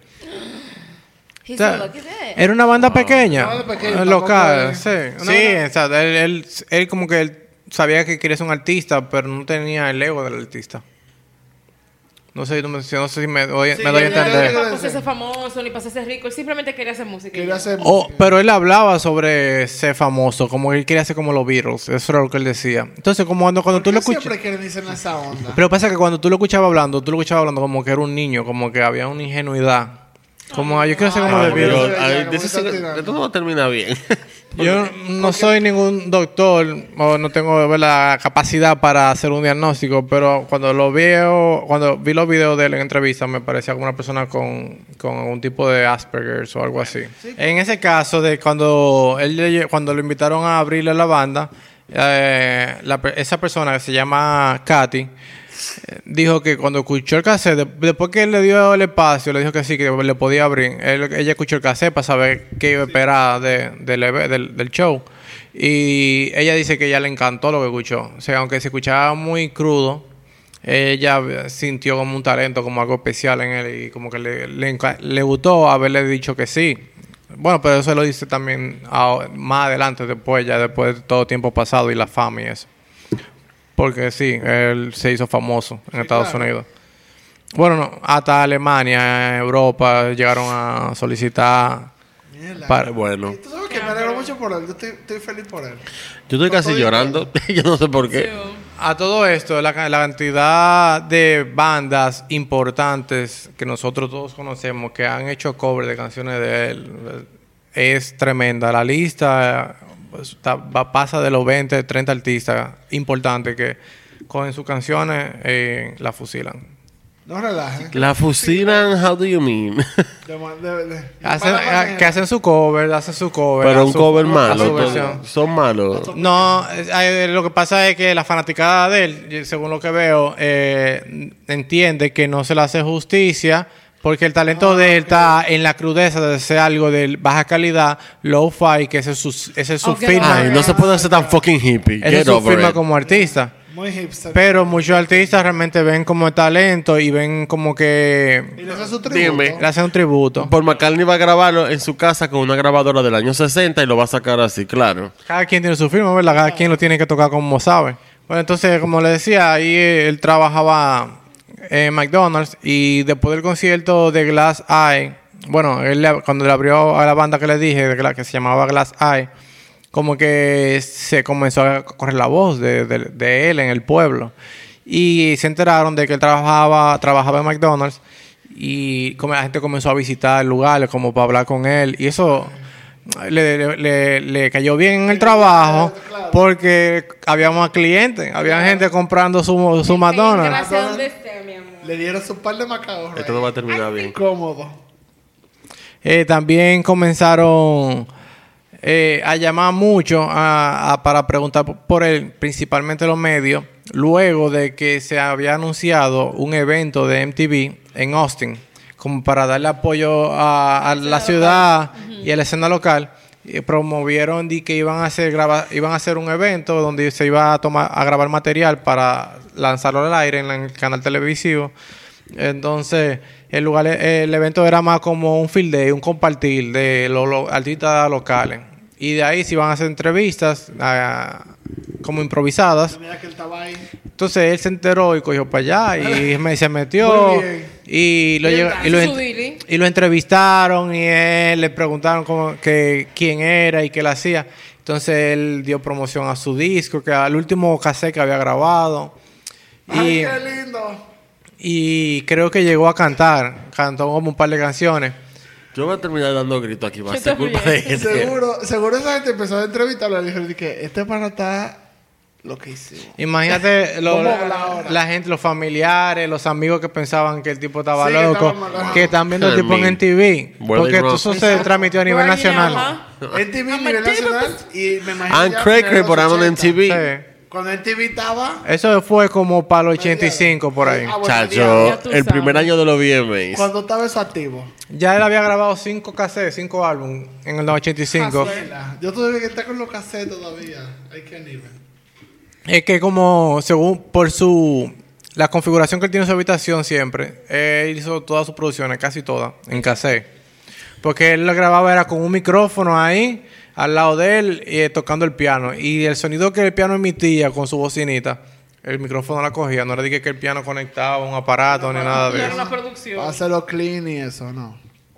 He's O sea, so lucky there. era una banda pequeña, Una banda pequeña, eh, local, tampoco sí. es- Sí, exacto. Él, él, él como que él sabía que quería ser un artista, pero no tenía el ego del artista. No sé, si tú me- si- no sé si me doy, Sí, me doy a yo- yo- entender. yo- No para ser famoso ni para ser rico. Él simplemente quería hacer música. y Quería ya. hacer Oh, música. pero él hablaba sobre ser famoso, como él quería ser como los Beatles. Eso era lo que él decía. Entonces, como cuando, cuando tú ¿Por lo qué escuchas... siempre quieren irse en esa onda? Pero pasa que cuando tú lo escuchabas hablando, tú lo escuchabas hablando como que era un niño, como que había una ingenuidad. Como, "Ah, yo quiero ser como Ay, los Dios. Beatles". Pero, ay, Como de eso está sí que- tirando. esto no va a terminar bien. Yo no soy ningún doctor o no tengo ¿verdad? la capacidad para hacer un diagnóstico, pero cuando lo veo, cuando vi los videos de él en entrevista, me parecía como una persona con, con algún tipo de Asperger o algo así. En ese caso de cuando él le- cuando lo invitaron a abrirle la banda, eh, la pe- esa persona que se llama Katy eh, dijo que cuando escuchó el cassette, de- después que él le dio el espacio, le dijo que sí, que le podía abrir. Él- ella escuchó el cassette para saber qué iba a esperar de- del, eve- del, del show. Y ella dice que ella le encantó lo que escuchó. O sea, aunque se escuchaba muy crudo, ella sintió como un talento, como algo especial en él y como que le, le, enca- le gustó haberle dicho que sí. Bueno, pero eso lo dice también a- más adelante, después, ya después de todo tiempo pasado y la fama y eso. Porque sí, él se hizo famoso en Sí, Estados claro. Unidos. Bueno, no, hasta Alemania, Europa, llegaron a solicitar... Mierda. para- Bueno, Y tú sabes que me alegro mucho por él. Yo estoy, estoy feliz por él. yo estoy Con casi todo y llorando. Yo no sé por qué. Sí. A todo esto, la, ca- la cantidad de bandas importantes que nosotros todos conocemos que han hecho cover de canciones de él es tremenda. La lista pues, está- va, pasa de los veinte, treinta artistas importantes que con sus canciones eh, la fusilan. No relajen. La fusilan, how do you mean? De ma- de- de- Hacen, mala manera. que hacen su cover, hacen su cover. Pero a un su- cover a malo. su todo- versión. Son malos. No, es- eh, lo que pasa es que la fanaticada de él, y según lo que veo, eh, entiende que no se le hace justicia porque el talento de él está en la crudeza de hacer algo de baja calidad, low-fi, que ese es su, ese es su Oh, get firma. over Ay, no se puede hacer tan fucking hippie. Esa es Get su over firma it. como artista. Muy hipster. Pero muchos artistas realmente ven como talento y ven como Y que le hace su tributo. Dime. le hacen un tributo. Paul McCartney va a grabarlo en su casa con una grabadora del año sesenta y lo va a sacar así, claro. Cada quien tiene su firma, ¿verdad? Cada quien lo tiene que tocar como sabe. Bueno, entonces, como le decía, ahí eh, él trabajaba en McDonald's y después del concierto de Glass Eye, bueno, él le- cuando le abrió a la banda que le dije, de Gla- que se llamaba Glass Eye, como que se comenzó a correr la voz de, de- de él en el pueblo. Y se enteraron de que él trabajaba, trabajaba en McDonald's y como la gente comenzó a visitar lugares como para hablar con él. Y eso le, le- le- le cayó bien en el trabajo porque había más clientes, había gente comprando su, su McDonald's. Gracias a donde esté, mi amor. Le dieron su par de macabros. Esto no va a terminar bien. Cómodo. Eh, también comenzaron eh, a llamar mucho a- a- para preguntar por él, principalmente los medios, luego de que se había anunciado un evento de M T V en Austin, como para darle apoyo a, a la ciudad y a la escena local. Y promovieron de que iban a hacer graba- iban a hacer un evento donde se iba a tomar a grabar material para lanzarlo al aire en la- en el canal televisivo. Entonces, el lugar, el evento era más como un field day, un compartir de los, los artistas locales. Y de ahí se iban a hacer entrevistas ah, como improvisadas. Mira que él estaba ahí. Entonces él se enteró y cogió para allá y me, se metió Muy bien. y lo, Bien, llega- y, lo su ent- Billy. y lo entrevistaron y él le preguntaron cómo, que, quién era y qué le hacía. Entonces él dio promoción a su disco, que al último cassette que había grabado. Ay, Y, qué lindo. y creo que llegó a cantar, cantó como un par de canciones. Yo voy a terminar dando gritos aquí, va a Yo ser culpa de también. este. Seguro, seguro esa gente empezó a entrevistarlo y dijo que este pana está lo que hicimos. Imagínate lo- ¿Cómo habla ahora? la gente, los familiares, los amigos que pensaban que el tipo estaba Sí, que loco, estaba mal- que están viendo el tipo en Ay, M T V. Well, Porque they todo eso wrong. se transmitió a nivel Right, nacional. ajá. En T V a I'm nivel a diva, nacional y me imagino And ya cray a cray, finales but de I'm los on M T V. Sí. Cuando en T V estaba... Eso fue como para los ochenta y cinco por ahí. Ah, bueno, Chacho, Ya tú el primer sabes. año de los V M As. Cuando estaba eso activo. Ya él había grabado cinco cassettes, cinco álbumes en el ochenta y cinco. Cazuela. Yo todavía que está con los cassettes todavía. Hay que nivel. Es que como, según por su... La configuración que él tiene en su habitación siempre, él hizo todas sus producciones, casi todas, en cassette. Porque él lo grababa era con un micrófono ahí, al lado de él, eh, tocando el piano. Y el sonido que el piano emitía con su bocinita, el micrófono la cogía. No era de que el piano conectaba a un aparato ni nada No de era eso. una producción. Hacerlo clean y eso, no.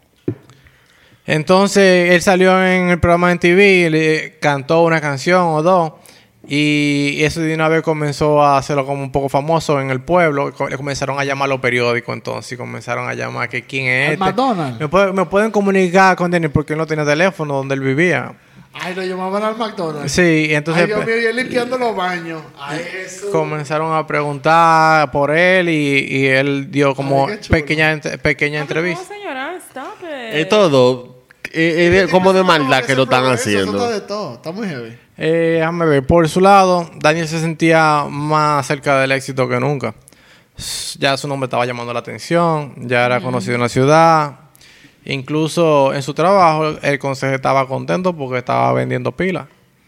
Entonces, él salió en el programa de T V, le cantó una canción o dos. Y eso de una vez comenzó a hacerlo como un poco famoso en el pueblo. Co- Le comenzaron a llamar a los periódicos entonces. Y comenzaron a llamar que quién es ¿Al este. McDonald's? ¿Me, puede- me pueden comunicar con Denis porque él no tenía teléfono donde él vivía. Ay, lo llamaban al McDonald's. Sí, y entonces Ay, Dios pues, mío, y él limpiando los baños. Ay, eso. comenzaron a preguntar por él y, y él dio como Ay, qué chulo. pequeña, ent- pequeña Ah, pero entrevista. ¿cómo, señora? Stop it. Es todo. eh, Es como de maldad que Ese lo están progreso, Eso está haciendo. de todo. Está muy heavy. Eh, déjame ver. Por su lado, Daniel se sentía más cerca del éxito que nunca. S- Ya su nombre estaba llamando la atención, ya era conocido en la ciudad. Incluso en su trabajo, el consejo estaba contento porque estaba vendiendo pilas.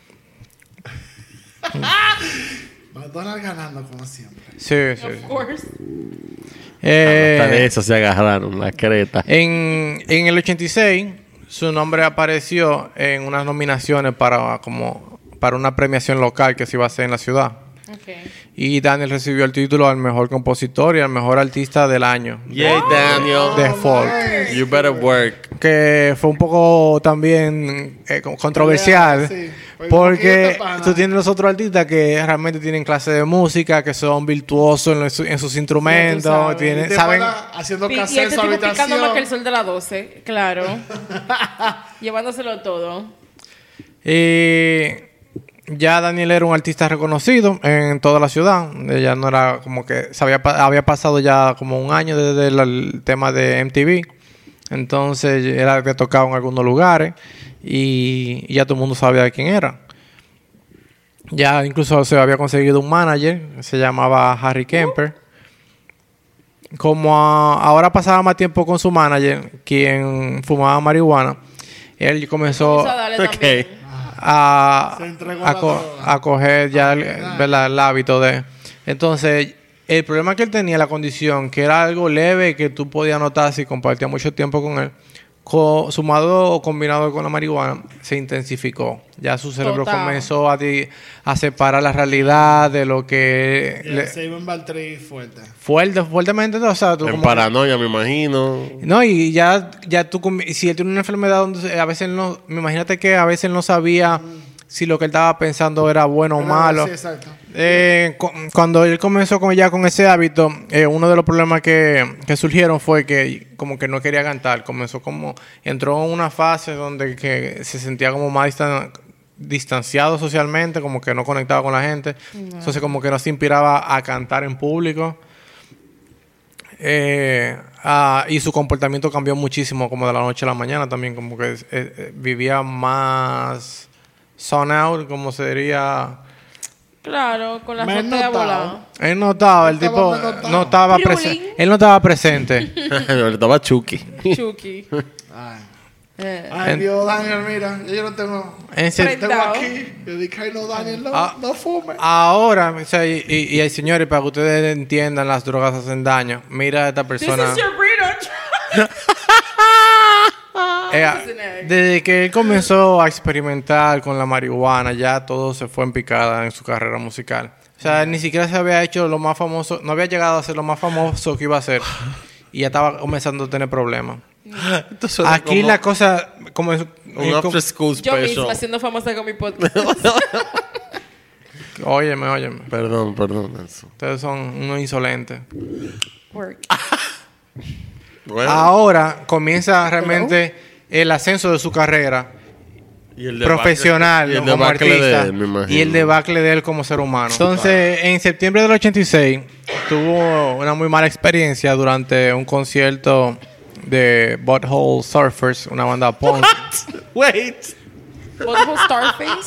McDonald's ganando como siempre. Sí, sí. Of course. Eh, Hasta de eso se agarraron, la creta. En, en el ochenta y seis, su nombre apareció en unas nominaciones para como para una premiación local que se iba a hacer en la ciudad. Okay. Y Daniel recibió el título al mejor compositor y al mejor artista del año Yay, Daniel. de folk. You better work. que fue un poco también eh, como controversial. Sí. Oye, Porque ¿por qué te tú tienes los otros artistas que realmente tienen clase de música, que son virtuosos en, los- en sus instrumentos, sabes, tienen, de saben... pana haciendo Y cassette en este su tipo picando más que el habitación. sol de las doce, claro. Llevándoselo todo. Y ya Daniel era un artista reconocido en toda la ciudad. Ya no era como que se había, pa- había pasado ya como un año desde el, el tema de M T V. Entonces era que tocaba en algunos lugares y, y ya todo el mundo sabía de quién era. Ya incluso se había conseguido un manager, se llamaba Harry Kemper. Como a- ahora pasaba más tiempo con su manager, quien fumaba marihuana, él comenzó Comenzó a darle Ok. también. a, Se entregó a, la co- droga. a coger ya el, verdad. ¿verdad? el hábito de... Entonces, el problema que él tenía, la condición, que era algo leve que tú podías notar si compartías mucho tiempo con él, co- sumado o combinado con la marihuana, se intensificó. Ya su cerebro Total. comenzó a, di- a separar la realidad de lo que... Y le- el Saban Baltri fuerte. fuerte, fuertemente, o sea, tú En como- paranoia, me imagino. no, y ya, ya tú, com- si él tiene una enfermedad donde se- a veces él no, me imagínate que a veces él no sabía si lo que él estaba pensando era bueno o Pero, malo. Sí, exacto. Eh, cu- cuando él comenzó con, ya con ese hábito, eh, uno de los problemas que, que surgieron fue que como que no quería cantar. Comenzó como, entró en una fase donde que se sentía como más distan- distanciado socialmente, como que no conectaba con la gente. Entonces como que no se inspiraba a cantar en público. Eh, ah, y su comportamiento cambió muchísimo, como de la noche a la mañana también, como que eh, eh, vivía más zone out, como sería. Claro, con la Me he azotea notado. volada. Él no estaba, el Estaba tipo menotado. no estaba Pirulín. presente. Él no estaba presente. Estaba Chucky. Chucky. Ay, Eh, Ay En- Dios, Daniel, mira. Yo no tengo... En se- Tengo Prendado. aquí. Yo dije, ay, no, Daniel, no, Ah. no fume. Ahora, o sea, y, y, y, señores, para que ustedes entiendan, las drogas hacen daño. Mira a esta This persona. is your breeder. Eh, Listener. desde que él comenzó a experimentar con la marihuana, ya todo se fue en picada en su carrera musical. O sea, ni siquiera se había hecho lo más famoso, no había llegado a ser lo más famoso que iba a ser. Y ya estaba comenzando a tener problemas. Esto suena Aquí como la cosa, como es- un es como- after school Yo special. misma siendo famosa con mi podcast. óyeme, óyeme. Perdón, perdón. Nelson. Ustedes son unos insolentes. Work. Bueno, Ahora comienza realmente el ascenso de su carrera y el debacle- profesional y el como debacle de artista él, me imagino. y el debacle de él como ser humano. Entonces, en septiembre del ochenta y seis tuvo una muy mala experiencia durante un concierto de Butthole Surfers, una banda punk. Wait. Butthole Starface.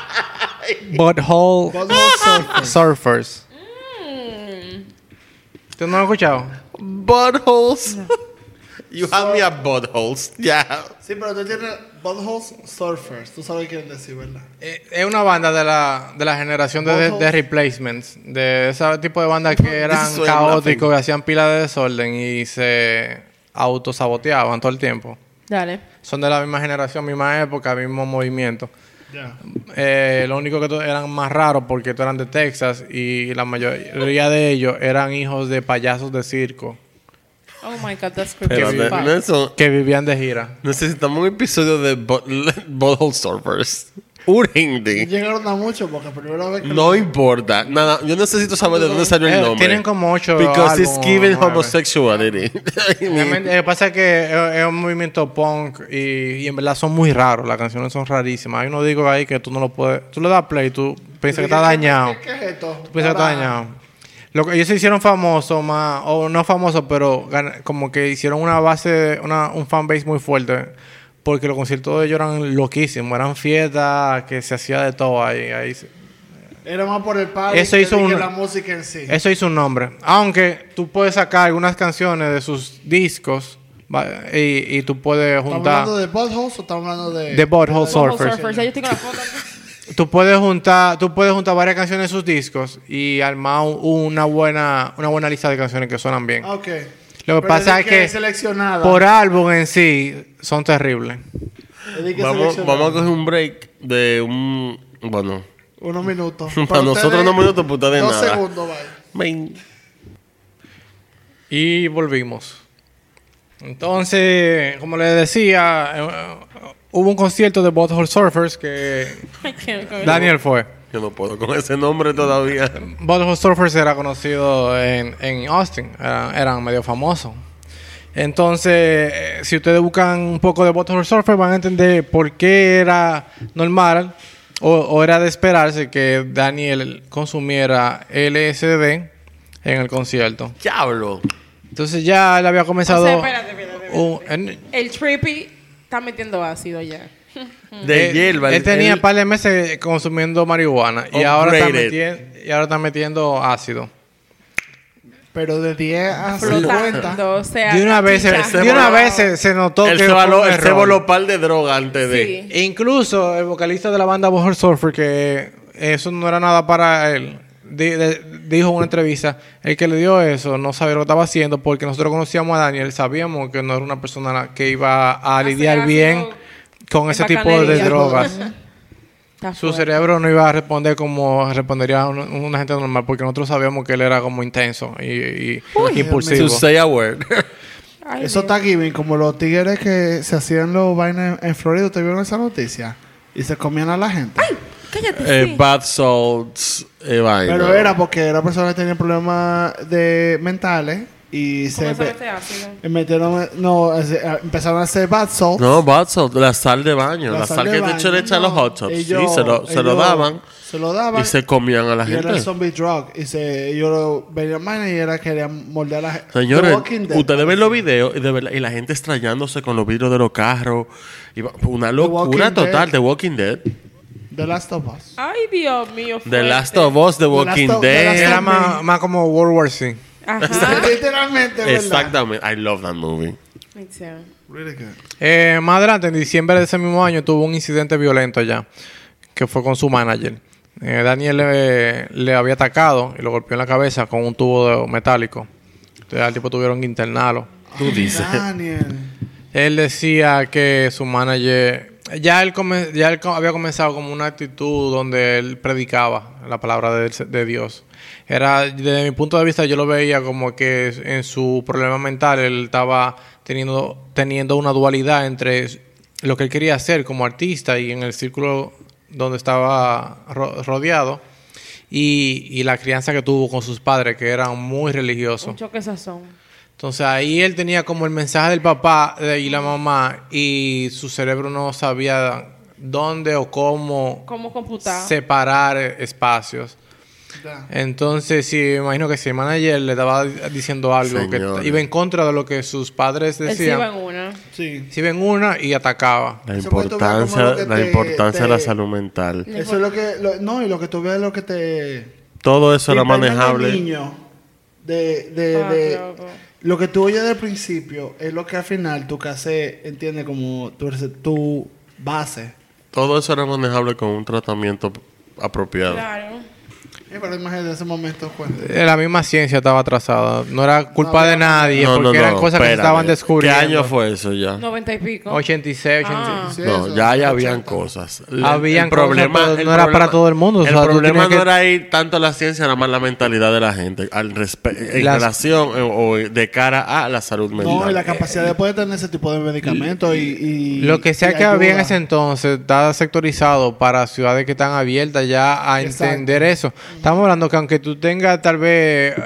Butthole Butthole Surfers. Surfers. Mm. ¿Tú no lo has escuchado? Buttholes. You have me at buttholes. Ya. Sí, pero tú tienes Buttholes Surfers. Tú sabes qué quieren decir, ¿verdad? Eh, Es una banda de la, de la generación de, de, de Replacements, de ese tipo de bandas que eran This is caóticos, laughing. que hacían pila de desorden y se autosaboteaban todo el tiempo. Dale. Son de la misma generación, misma época, mismo movimiento. Ya. Eh, lo único que to- eran más raros porque todos eran de Texas y la mayoría de ellos eran hijos de payasos de circo Oh my god, that's creepy. Pero as de- fuck. Nelson, que vivían de gira. necesitamos un episodio de but- Butthole Surfers. Urgente. Llegaron a mucho porque primera vez que... No importa. Nada, yo necesito saber de dónde salió el Eh, nombre. tienen como ocho Because it's álbumes, given nueve. homosexuality. Realmente, Lo que pasa es que es, es un movimiento punk y, y en verdad son muy raros. Las canciones son rarísimas. Hay unos discos ahí que tú no lo puedes... Tú le das play y tú piensas que está dañado. ¿Qué, qué es esto? Tú piensas que está Ahora, dañado. Lo que ellos se hicieron famosos más... O no famosos, pero gan- como que hicieron una base... Una, un fanbase muy fuerte. Porque los conciertos de ellos eran loquísimos. Eran fiestas que se hacía de todo ahí. ahí se- Era más por el party Eso que, hizo de que un- la música en sí. Eso hizo un nombre. Aunque tú puedes sacar algunas canciones de sus discos va- y, y tú puedes ¿Estamos juntar... hablando de Buttholes o estamos hablando de... De Butthole Butthole Surfers. Surfers. Ya yo estoy con la foto aquí. Tú puedes juntar, tú puedes juntar varias canciones de sus discos y armar un- una buena, una buena lista de canciones que suenan bien. Ah, ok. Lo que Pero pasa di es que seleccionada. por álbum en sí son terribles. Di que vamos, seleccionada. vamos a coger un break de un... Bueno, Unos minutos. para nosotros unos minutos, puta de Dos nada. segundos, vaya. Ven. Y volvimos. Entonces, como les decía, eh, hubo un concierto de Butthole Surfers que I can't go. Daniel fue. Yo no puedo con ese nombre todavía. Butthole Surfers era conocido en, en Austin, eran, eran medio famosos. Entonces, eh, si ustedes buscan un poco de Butthole Surfers, van a entender por qué era normal o, o era de esperarse que Daniel consumiera L S D en el concierto. Diablo. Entonces ya él había comenzado... O sea, espérate, espérate, espérate. un- en- El trippy está metiendo ácido ya. De él, hierba. él el- tenía el- un par de meses consumiendo marihuana y ahora, está Upgraded. metiendo, y ahora está metiendo ácido. Pero de diez a cincuenta. Flotando, o sea... De una vez, se, chicha. de una vez se, se notó Él que se fue un voló, él se error. voló par de droga antes de. Sí. E incluso el vocalista de la banda Butthole Surfer, que eso no era nada para él, di- de- dijo en una entrevista, el que le dio eso no sabía lo que estaba haciendo porque nosotros conocíamos a Daniel, sabíamos que no era una persona que iba a Hacer lidiar ácido bien con en ese tipo de bacanería. drogas. Está Su fuerte. cerebro no iba a responder como respondería una, una gente normal porque nosotros sabíamos que él era como intenso y, y impulsivo. To say a word. Ay, Eso Dios. está giving, como los tigres que se hacían los vainas en Florida. ¿Te vieron esa noticia? Y se comían a la gente. Cállate, eh, sí. Bath salts. Eh, vaina. Pero era porque era persona que tenía problemas de mentales y se ¿Cómo sabe ve- este ácido? y metieron, no, ese- eh, empezaron a hacer bath salt. No, bath salt. La sal de baño. La, sal, de que de baño, hecho le echan no. los hot shots. Ellos- sí, se lo, se lo ellos daban. Se lo daban. Y se comían a la y era el gente. zombie drug. Y se, ellos lo venían vaina y era querían moldear a la gente. Señores, The Walking Dead, ustedes ven parece. los videos y, de verdad, y la gente extrañándose con los vidrios de los carros. Y va- una locura Walking total Dead. de Walking Dead. The Last of Us. Ay, Dios mío. The fuerte. Last of Us, The Walking Last of- The Dead. Last Era of- más, más como World War C. Ajá. Literalmente, ¿verdad? Exactamente. I love that movie. Me too. Really good. Eh, más adelante, en diciembre de ese mismo año, tuvo un incidente violento ya, que fue con su manager. Eh, Daniel le, le había atacado y lo golpeó en la cabeza con un tubo de- metálico. Entonces, al tipo tuvieron que internarlo. Tú dices. Daniel. Él decía que su manager... Ya él, come- ya él co- había comenzado como una actitud donde él predicaba la palabra de, de Dios. Era, desde mi punto de vista, yo lo veía como que en su problema mental él estaba teniendo, teniendo una dualidad entre lo que él quería hacer como artista y en el círculo donde estaba ro- rodeado y, y la crianza que tuvo con sus padres, que eran muy religiosos. Un choque sazón. Entonces ahí él tenía como el mensaje del papá eh, y la mamá y su cerebro no sabía dónde o cómo ¿Cómo computar? separar eh, espacios. Ya. Entonces sí, me imagino que si el manager le estaba diciendo algo Señores. que iba en contra de lo que sus padres Él sí iba decían, en una. Sí. si ven una y atacaba. La Eso fue tu vida como importancia, lo que la te- importancia de te- la salud mental. Eso es lo que... lo- no, y lo que tú ves es lo que te... Todo eso te era impregna en el manejable. niño de... de, Ah, de- loco. lo que tú oyes del principio es lo que al final tu case entiende como tu, tu base. Todo eso era manejable con un tratamiento apropiado. Claro. Eh, pero imagínate ese momento, cuenta. Eh, La misma ciencia estaba atrasada. No era culpa No, de nadie No, no, porque no. eran cosas que se espérame. estaban descubriendo. ¿Qué año fue eso ya? Noventa y pico. ochenta y seis, ochenta y Ah. seis. No, eso, ya, ya habían ochenta. cosas. Habían el problema, cosas, pero el no era para todo el mundo, o El sea, tú problema tenías no que- era ir tanto la ciencia, era más la mentalidad de la gente al respe- en Las- relación eh, o de cara a la salud mental. No, y la capacidad de poder tener ese tipo de medicamentos y, y- Lo que sea y que había en ayuda. ese entonces está sectorizado para ciudades que están abiertas ya a Exacto. entender eso. Estamos hablando que aunque tú tengas tal vez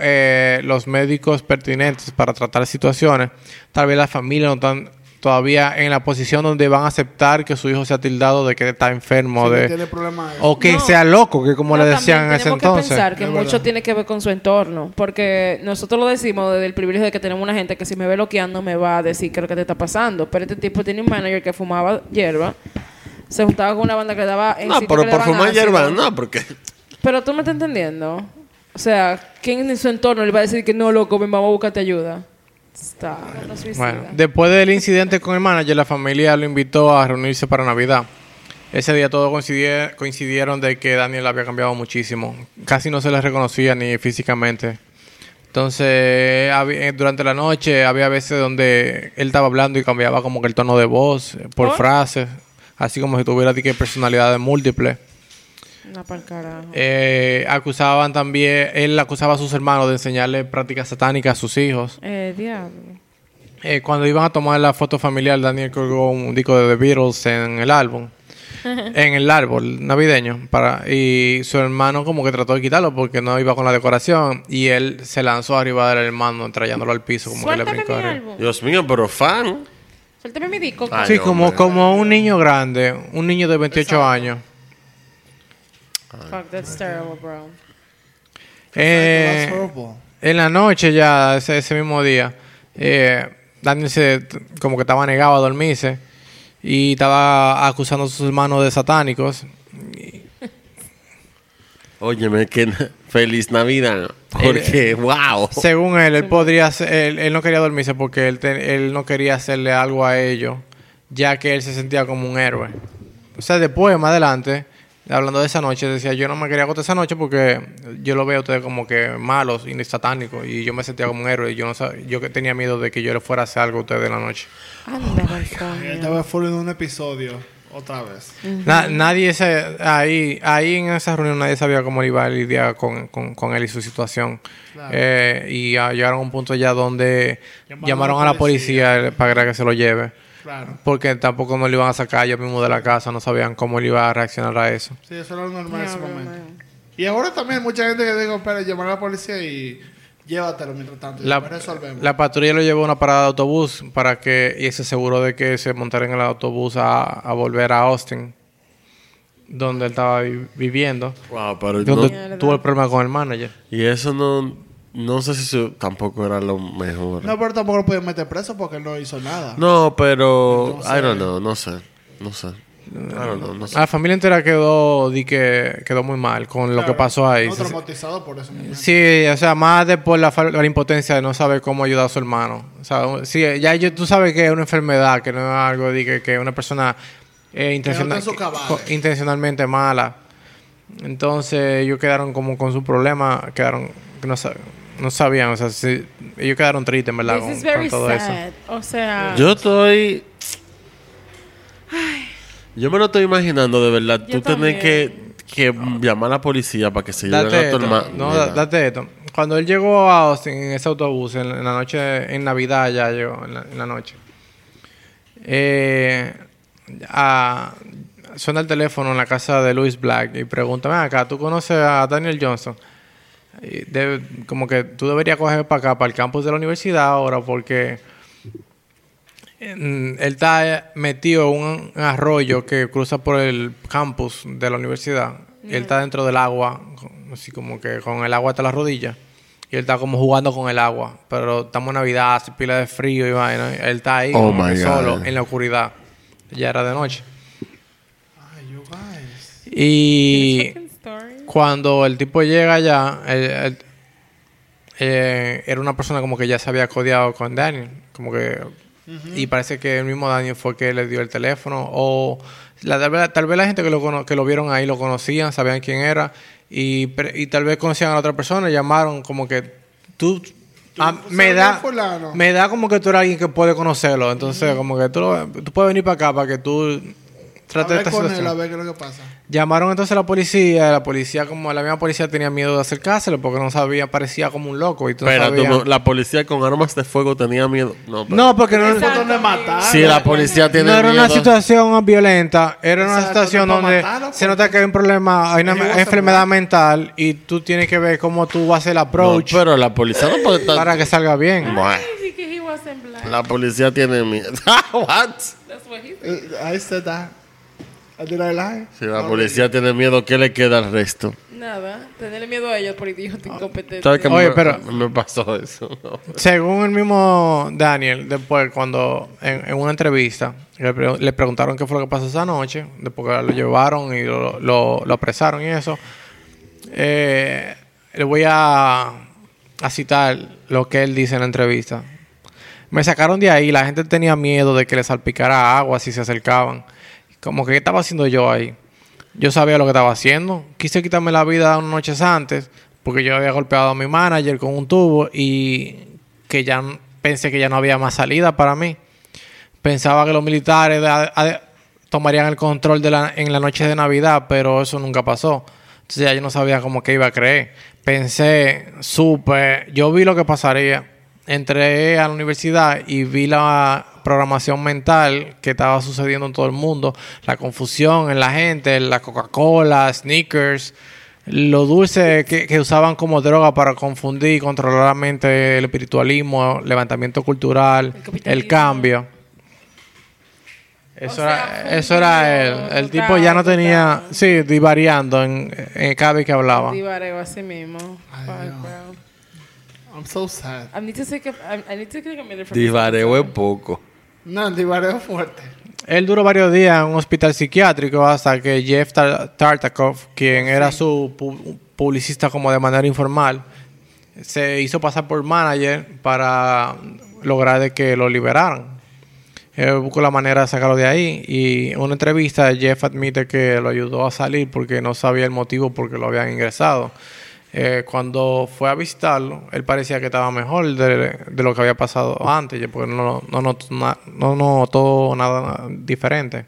eh, los médicos pertinentes para tratar situaciones, tal vez las familias no están todavía en la posición donde van a aceptar que su hijo sea tildado de que está enfermo Si no de tiene problemas. o que No. sea loco, que como No, le decían también en ese tenemos entonces. que pensar que Es mucho verdad. tiene que ver con su entorno. Porque nosotros lo decimos desde el privilegio de que tenemos una gente que si me ve loqueando me va a decir qué es lo que te está pasando. Pero este tipo tiene un manager que fumaba hierba. Se juntaba con una banda que le daba... en No, sitios pero que le por daban fumar ácido. hierba, no, porque... Pero tú me estás entendiendo. O sea, ¿quién en su entorno le va a decir que no, loco, ven, vamos a buscarte ayuda? Está. No suicida. Bueno, después del incidente con el manager, la familia lo invitó a reunirse para Navidad. Ese día todos coincidie- coincidieron de que Daniel había cambiado muchísimo. Casi no se le reconocía ni físicamente. Entonces, había- eh, durante la noche había veces donde él estaba hablando y cambiaba como que el tono de voz eh, por ¿Oh? frases, así como si tuviera de que personalidades múltiples. Una pa'l carajo. Eh, acusaban también, él acusaba a sus hermanos de enseñarle prácticas satánicas a sus hijos. Eh, diablo. eh, cuando iban a tomar la foto familiar, Daniel colgó un disco de The Beatles en el álbum. En el árbol navideño para y su hermano como que trató de quitarlo porque no iba con la decoración y él se lanzó arriba del hermano trayéndolo al piso como Suéltame que le mi brincó arriba. álbum. Dios mío, pero fan. Suéltame mi disco. Ay, Sí, no, como, hombre. como un niño grande, un niño de veintiocho Exacto. años. Fuck, that's terrible, bro. Eh, That's horrible. en la noche ya, ese, ese mismo día, eh, Daniel se, como que estaba negado a dormirse y estaba acusando a sus hermanos de satánicos. Óyeme, que feliz Navidad. Porque, wow. Según él, él podría ser- él, él no quería dormirse porque él, te- él no quería hacerle algo a ellos, ya que él se sentía como un héroe. O sea, después, más adelante, hablando de esa noche, decía, yo no me quería acostar esa noche porque yo lo veo a ustedes como que malos y satánicos y yo me sentía como un héroe y yo no sab- yo que tenía miedo de que yo le fuera a hacer algo a ustedes en la noche. Anda, Él coño. estaba full en un episodio otra vez. Na- nadie se, ahí, ahí en esa reunión nadie sabía cómo él iba a lidiar con, con, con él y su situación. Claro. Eh, y ah, llegaron a un punto ya donde Llamaron llamaron a a la la policía para que se lo lleve. Claro. Porque tampoco no le iban a sacar ellos mismos de la casa, no sabían cómo él iba a reaccionar a eso. Sí, eso era lo normal en ese Diablo, momento. man. Y ahora también mucha gente que digo, espera, llamar a la policía y llévatelo mientras tanto. Y La, después resolvemos. la patrulla lo llevó a una parada de autobús para que y se aseguró de que se montara en el autobús a, a volver a Austin, donde él estaba vi- viviendo, Wow, pero donde no- Mierda. tuvo el problema con el manager. y eso no, no sé si eso tampoco era lo mejor. No, pero tampoco lo pueden meter preso porque él no hizo nada. No, pero Entonces- I don't know, no sé, no sé. I don't know, no sé. La familia entera quedó, di que quedó muy mal con lo Claro, que pasó ahí. No Se- traumatizado por eso. mismo. Sí, o sea, más después la, fal- la impotencia de no saber cómo ayudar a su hermano. O sea, sí, ya yo, tú sabes que es una enfermedad, que no es algo de que, que una persona eh, intencional- en sus cabales. co- intencionalmente mala. Entonces ellos quedaron como con su problema, quedaron, que no, sa- no sabían, o sea, sí, ellos quedaron tristes, en verdad, This con, is very con todo eso. sad. O sea, Yo estoy. Yo me lo estoy imaginando, de verdad. Yo Tú tenés también. que, que llamar a la policía para que se lleven Date a tu esto, hermano. no, da- date esto. Cuando él llegó a Austin en ese autobús, en, en la noche, en Navidad ya llegó, en la, en la noche. Eh, a- suena el teléfono en la casa de Louis Black y pregunta, ven acá, ¿tú conoces a Daniel Johnson? Y de- como que tú deberías coger para acá, para el campus de la universidad ahora, porque mm, él está metido en un arroyo que cruza por el campus de la universidad. Y él está dentro del agua, con- así como que con el agua hasta las rodillas. Y él está como jugando con el agua. Pero estamos en Navidad, hace pila de frío y vaina. Él está ahí Oh como my que God. solo en la oscuridad. Ya era de noche. Ay, you guys. Y fucking story. cuando el tipo llega allá, él- él- eh, era una persona como que ya se había codeado con Daniel. Como que... Y parece que el mismo Daniel fue que le dio el teléfono. O la, tal, vez, tal vez la gente que lo, cono- que lo vieron ahí lo conocían, sabían quién era. Y, pre- y tal vez conocían a la otra persona. Llamaron como que tú... ah, ¿sabes me quién da es fulano? me da como que tú eres alguien que puede conocerlo. Entonces como que tú, lo- tú puedes venir para acá para que tú trates Hablé esta con él situación. a ver qué es lo que pasa. Llamaron entonces a la policía. La policía, como la misma policía, tenía miedo de acercárselo porque no sabía, parecía como un loco. Y tú no Pero tú sabías- no- la policía con armas de fuego tenía miedo. No, pero- No, porque no, Exacto. ¿Dónde matar? Si la policía tiene no era miedo. una situación violenta, era una Exacto, situación no para donde matarlo, se porque- nota que hay un problema, hay una He was a enfermedad black. mental y tú tienes que ver cómo tú vas a hacer el No, approach pero la policía no puede estar. para que salga bien. Bueno, Crazy que he wasn't black. la policía tiene miedo. What? That's what he said. Eh, I said that. I did I lie? Si la No, policía tiene miedo, ¿qué le queda al resto? Nada. Tenerle miedo a ellos por idiota incompetente. ¿Sabes qué Oye, me, pero- me pasó eso? Según el mismo Daniel, después cuando en, en una entrevista le, pre- le preguntaron qué fue lo que pasó esa noche, después que lo llevaron y lo, lo- lo apresaron y eso, eh, le voy a, a citar lo que él dice en la entrevista. Me sacaron de ahí, la gente tenía miedo de que le salpicara agua si se acercaban. Como que, ¿qué estaba haciendo yo ahí? Yo sabía lo que estaba haciendo. Quise quitarme la vida unas noches antes porque yo había golpeado a mi manager con un tubo y que ya n- pensé que ya no había más salida para mí. Pensaba que los militares de- a- tomarían el control de la, en la noche de Navidad, pero eso nunca pasó. Entonces ya yo no sabía cómo que iba a creer. Pensé, supe, yo vi lo que pasaría entré a la universidad y vi la programación mental que estaba sucediendo en todo el mundo, la confusión en la gente, la Coca-Cola, Snickers, lo dulce que, que usaban como droga para confundir y controlar la mente, el espiritualismo, el levantamiento cultural, el, el cambio. Eso, o sea, era, eso era él. El total, tipo ya no total. tenía... Sí, divariando en, en cada vez que hablaba. Divareo así mismo. Ay, I'm so sad. I need to take a, I need to take a minute from Divareo es poco. No, divareo es fuerte. Él duró varios días en un hospital psiquiátrico hasta que Jeff Tartakov, quien sí. era su pu- publicista como de manera informal, se hizo pasar por manager para lograr de que lo liberaran. Él buscó la manera de sacarlo de ahí y en una entrevista Jeff admite que lo ayudó a salir porque no sabía el motivo por qué lo habían ingresado. Eh, cuando fue a visitarlo, él parecía que estaba mejor de, de lo que había pasado antes, porque no no no no notó nada diferente.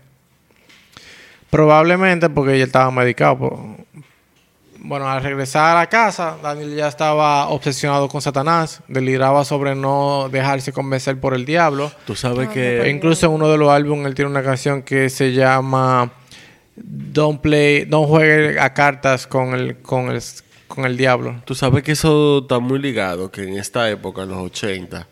Probablemente porque él estaba medicado. Pues. Bueno, al regresar a la casa, Daniel ya estaba obsesionado con Satanás, deliraba sobre no dejarse convencer por el diablo. Tú sabes Ah, que... no, Incluso en uno de los álbumes él tiene una canción que se llama Don't Play, Don't juegue a cartas con el con el con el diablo. Tú sabes que eso está muy ligado, que en esta época, en los ochenta,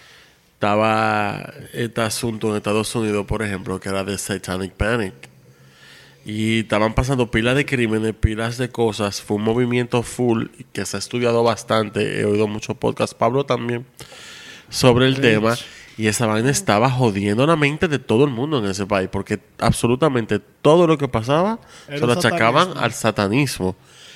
estaba este asunto en Estados Unidos, por ejemplo, que era de Satanic Panic. Y estaban pasando pilas de crímenes, pilas de cosas. Fue un movimiento full que se ha estudiado bastante. He oído muchos podcasts, Pablo también, sobre el Rich. tema. Y esa vaina estaba jodiendo la mente de todo el mundo en ese país. Porque absolutamente todo lo que pasaba Era se lo achacaban satanismo. al satanismo.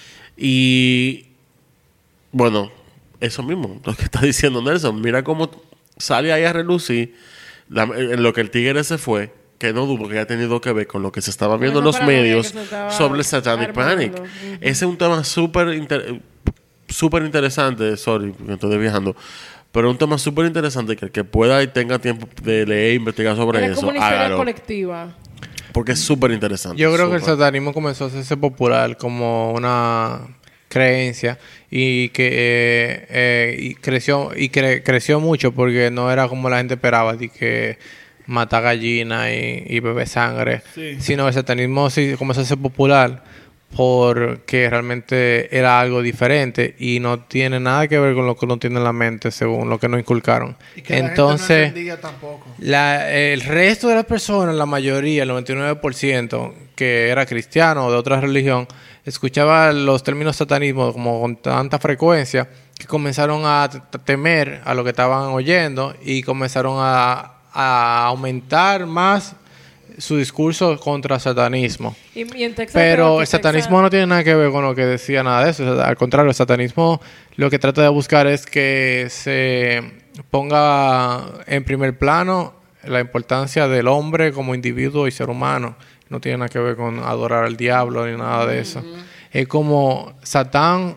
Y bueno, eso mismo, lo que está diciendo Nelson. Mira cómo sale ahí a relucir la, en lo que el tigre se fue. Que no dudo que haya tenido que ver con lo que se estaba viendo en los medios sobre el Satanic Panic. Uh-huh. Ese es un tema súper inter- súper interesante. Sorry, me estoy desviando. Pero un tema súper interesante que el que pueda y tenga tiempo de leer e investigar sobre Era eso, como una historia hágalo. colectiva. Porque es súper interesante. Yo creo super. que el satanismo comenzó a hacerse popular como una creencia y que eh, eh, y creció y cre- creció mucho porque no era como la gente esperaba, de que mata gallinas y, y bebe sangre, Sí. sino el satanismo sí comenzó a ser popular porque realmente era algo diferente y no tiene nada que ver con lo que uno tiene en la mente según lo que nos inculcaron. Y que Entonces, la gente no entendía tampoco. la, el resto de las personas, la mayoría, el noventa y nueve por ciento, que era cristiano o de otra religión, escuchaba los términos satanismo como con tanta frecuencia que comenzaron a t- temer a lo que estaban oyendo y comenzaron a, a aumentar más su discurso contra el satanismo. Y, y en Texas, Pero creo que el satanismo Texas- no tiene nada que ver con lo que decía nada de eso. O sea, al contrario, el satanismo lo que trata de buscar es que se ponga en primer plano la importancia del hombre como individuo y ser humano. No tiene nada que ver con adorar al diablo ni nada de eso. Uh-huh. Es como Satán,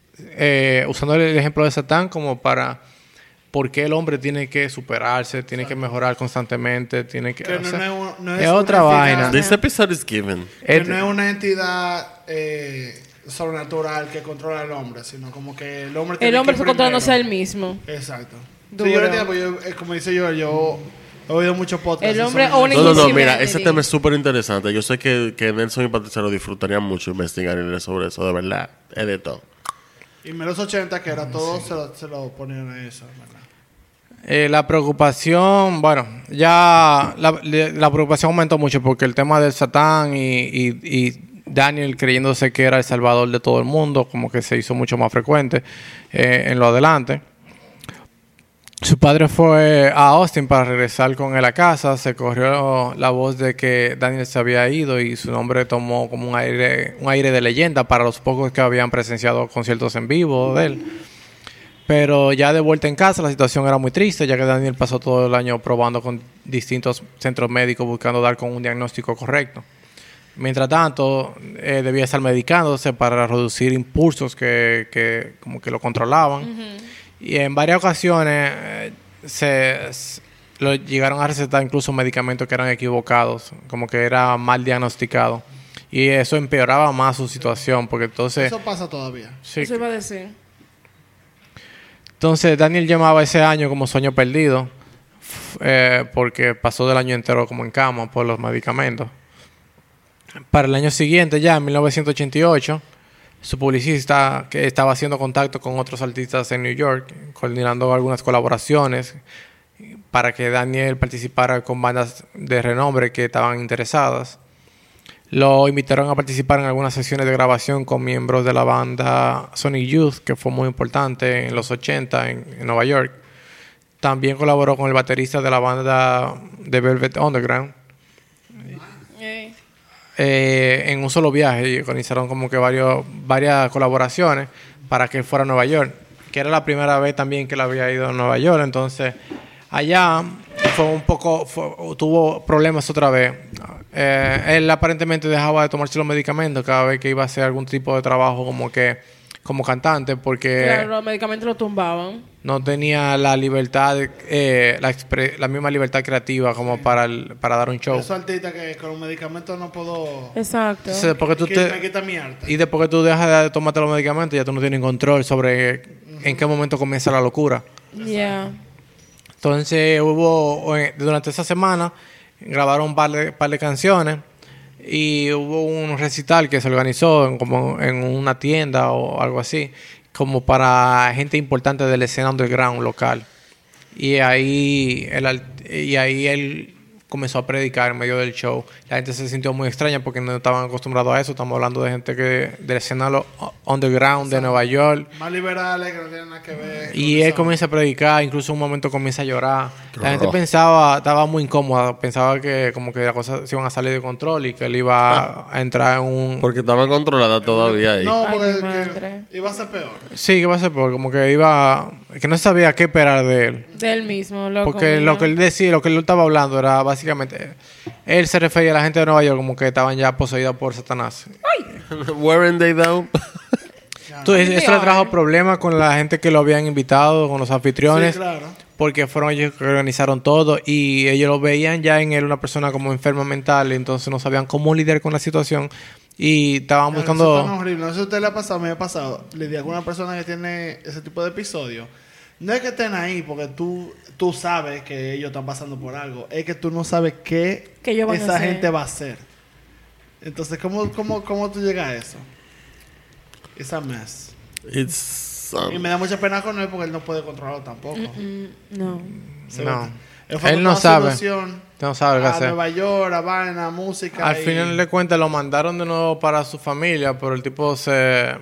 eh, usando el ejemplo de Satán como para... ¿Por qué el hombre tiene que superarse? Tiene que mejorar constantemente. Tiene que... Que o no, sea, no es, no es es otra una vaina. entidad- This episode is given. Que Es- no es una entidad eh, sobrenatural que controla al hombre, sino como que el hombre tiene El hombre que está controlándose a él primero. mismo. Exacto. Duro. Sí, yo lo entiendo, porque yo, eh, como dice yo, yo he oído muchos podcasts. El y hombre sobre- owning No, no, no, his mira, humanity. ese tema es súper interesante. Yo sé que, que Nelson y Patricia lo disfrutarían mucho investigar y leer sobre eso, de verdad. Es de todo. Y en los ochenta, que era todo, se, lo, se lo ponían a eso, ¿verdad? Eh, la preocupación, bueno, ya la, la preocupación aumentó mucho porque el tema del Satán y, y, y Daniel creyéndose que era el salvador de todo el mundo, como que se hizo mucho más frecuente eh, en lo adelante. Su padre fue a Austin para regresar con él a casa. Se corrió la voz de que Daniel se había ido y su nombre tomó como un aire, un aire de leyenda para los pocos que habían presenciado conciertos en vivo de él. Pero ya de vuelta en casa la situación era muy triste, ya que Daniel pasó todo el año probando con distintos centros médicos buscando dar con un diagnóstico correcto. Mientras tanto, eh, debía estar medicándose para reducir impulsos que, que como que lo controlaban. Uh-huh. Y en varias ocasiones eh, se, se lo llegaron a recetar incluso medicamentos que eran equivocados, como que era mal diagnosticado. Y eso empeoraba más su situación, porque entonces... Eso pasa todavía. Sí, Eso iba a decir. Entonces, Daniel llamaba ese año como sueño perdido, f- eh, porque pasó del año entero como en cama por los medicamentos. Para el año siguiente, ya en mil novecientos ochenta y ocho, su publicista que estaba haciendo contacto con otros artistas en New York, coordinando algunas colaboraciones para que Daniel participara con bandas de renombre que estaban interesadas. Lo invitaron a participar en algunas sesiones de grabación con miembros de la banda Sonic Youth, que fue muy importante en los ochenta en, en Nueva York. También colaboró con el baterista de la banda de Velvet Underground. Eh, Eh, en un solo viaje y organizaron como que varios, varias colaboraciones para que fuera a Nueva York, que era la primera vez también que él había ido a Nueva York. Entonces allá fue un poco fue- tuvo problemas otra vez. Eh, él aparentemente dejaba de tomarse los medicamentos cada vez que iba a hacer algún tipo de trabajo como que como cantante, porque claro, los medicamentos lo tumbaban. no tenía la libertad, eh, la, expre- la misma libertad creativa como para, el- para dar un show. Esos artistas que con los medicamentos no puedo... Exacto. Entonces, porque tú que- te- Me quita mi arte. Y después que tú dejas de tomarte los medicamentos, ya tú no tienes control sobre en qué momento comienza la locura. Yeah. Entonces, hubo, eh, durante esa semana, grabaron un par de, par de canciones y hubo un recital que se organizó en, como en una tienda o algo así, como para gente importante de la escena underground local. Y ahí, el, art- y ahí él comenzó a predicar en medio del show. La gente se sintió muy extraña porque no estaban acostumbrados a eso. Estamos hablando de gente que de la escena lo- underground de Nueva York. Más liberales que no tienen nada que ver. Y con él eso. comienza a predicar, incluso un momento comienza a llorar. La gente Oh. pensaba, estaba muy incómoda, pensaba que como que las cosas se iban a salir de control y que él iba a entrar en un... Porque estaba controlada todavía ahí. No, Ay, porque mi que madre. iba a ser peor. Sí, que va a ser peor, como que iba... que no sabía qué esperar de él. De él mismo, loco. Porque mira. lo que él decía, lo que él estaba hablando era básicamente... Él se refería a la gente de Nueva York como que estaban ya poseídos por Satanás. Weren't they though? Entonces, Sí, eso le trajo ahora. problemas con la gente que lo habían invitado, con los anfitriones. Sí, claro. Porque fueron ellos que organizaron todo y ellos lo veían ya en él una persona como enferma mental, y entonces no sabían cómo lidiar con la situación y estaban Claro, eso es tan buscando... horrible. No sé si a usted le ha pasado, me ha pasado. Lidiar con una persona que tiene ese tipo de episodios. No es que estén ahí porque tú, tú sabes que ellos están pasando por algo. Es que tú no sabes qué Que ellos van a esa hacer. gente va a hacer. Entonces, ¿cómo, cómo, cómo tú llegas a eso? Esa mess. It's, Y um, me da mucha pena con él porque él no puede controlarlo tampoco. Mm, no. Se No. ve- Él, fue Él con no toda su sabe. ilusión No sabe qué a hacer. Nueva York, a vaina, a música. Al y- final de cuentas lo mandaron de nuevo para su familia, pero el tipo se,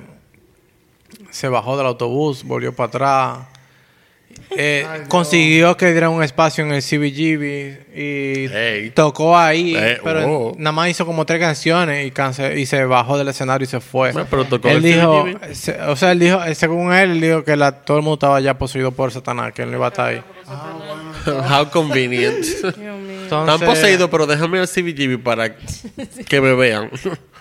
se bajó del autobús, volvió para atrás. Eh, Ay, Dios. consiguió que diera un espacio en el C B G B y Hey. tocó ahí, Eh, pero oh. nada más hizo como tres canciones y, cance- y se bajó del escenario y se fue. Bueno, pero tocó él el dijo, C B G B. se- o sea, él dijo, eh, según él, él dijo que la- todo el mundo estaba ya poseído por Satanás, que él no iba a estar ahí. how convenient. Dios mío. Entonces, Están poseídos, pero déjame el C B G B para que me vean.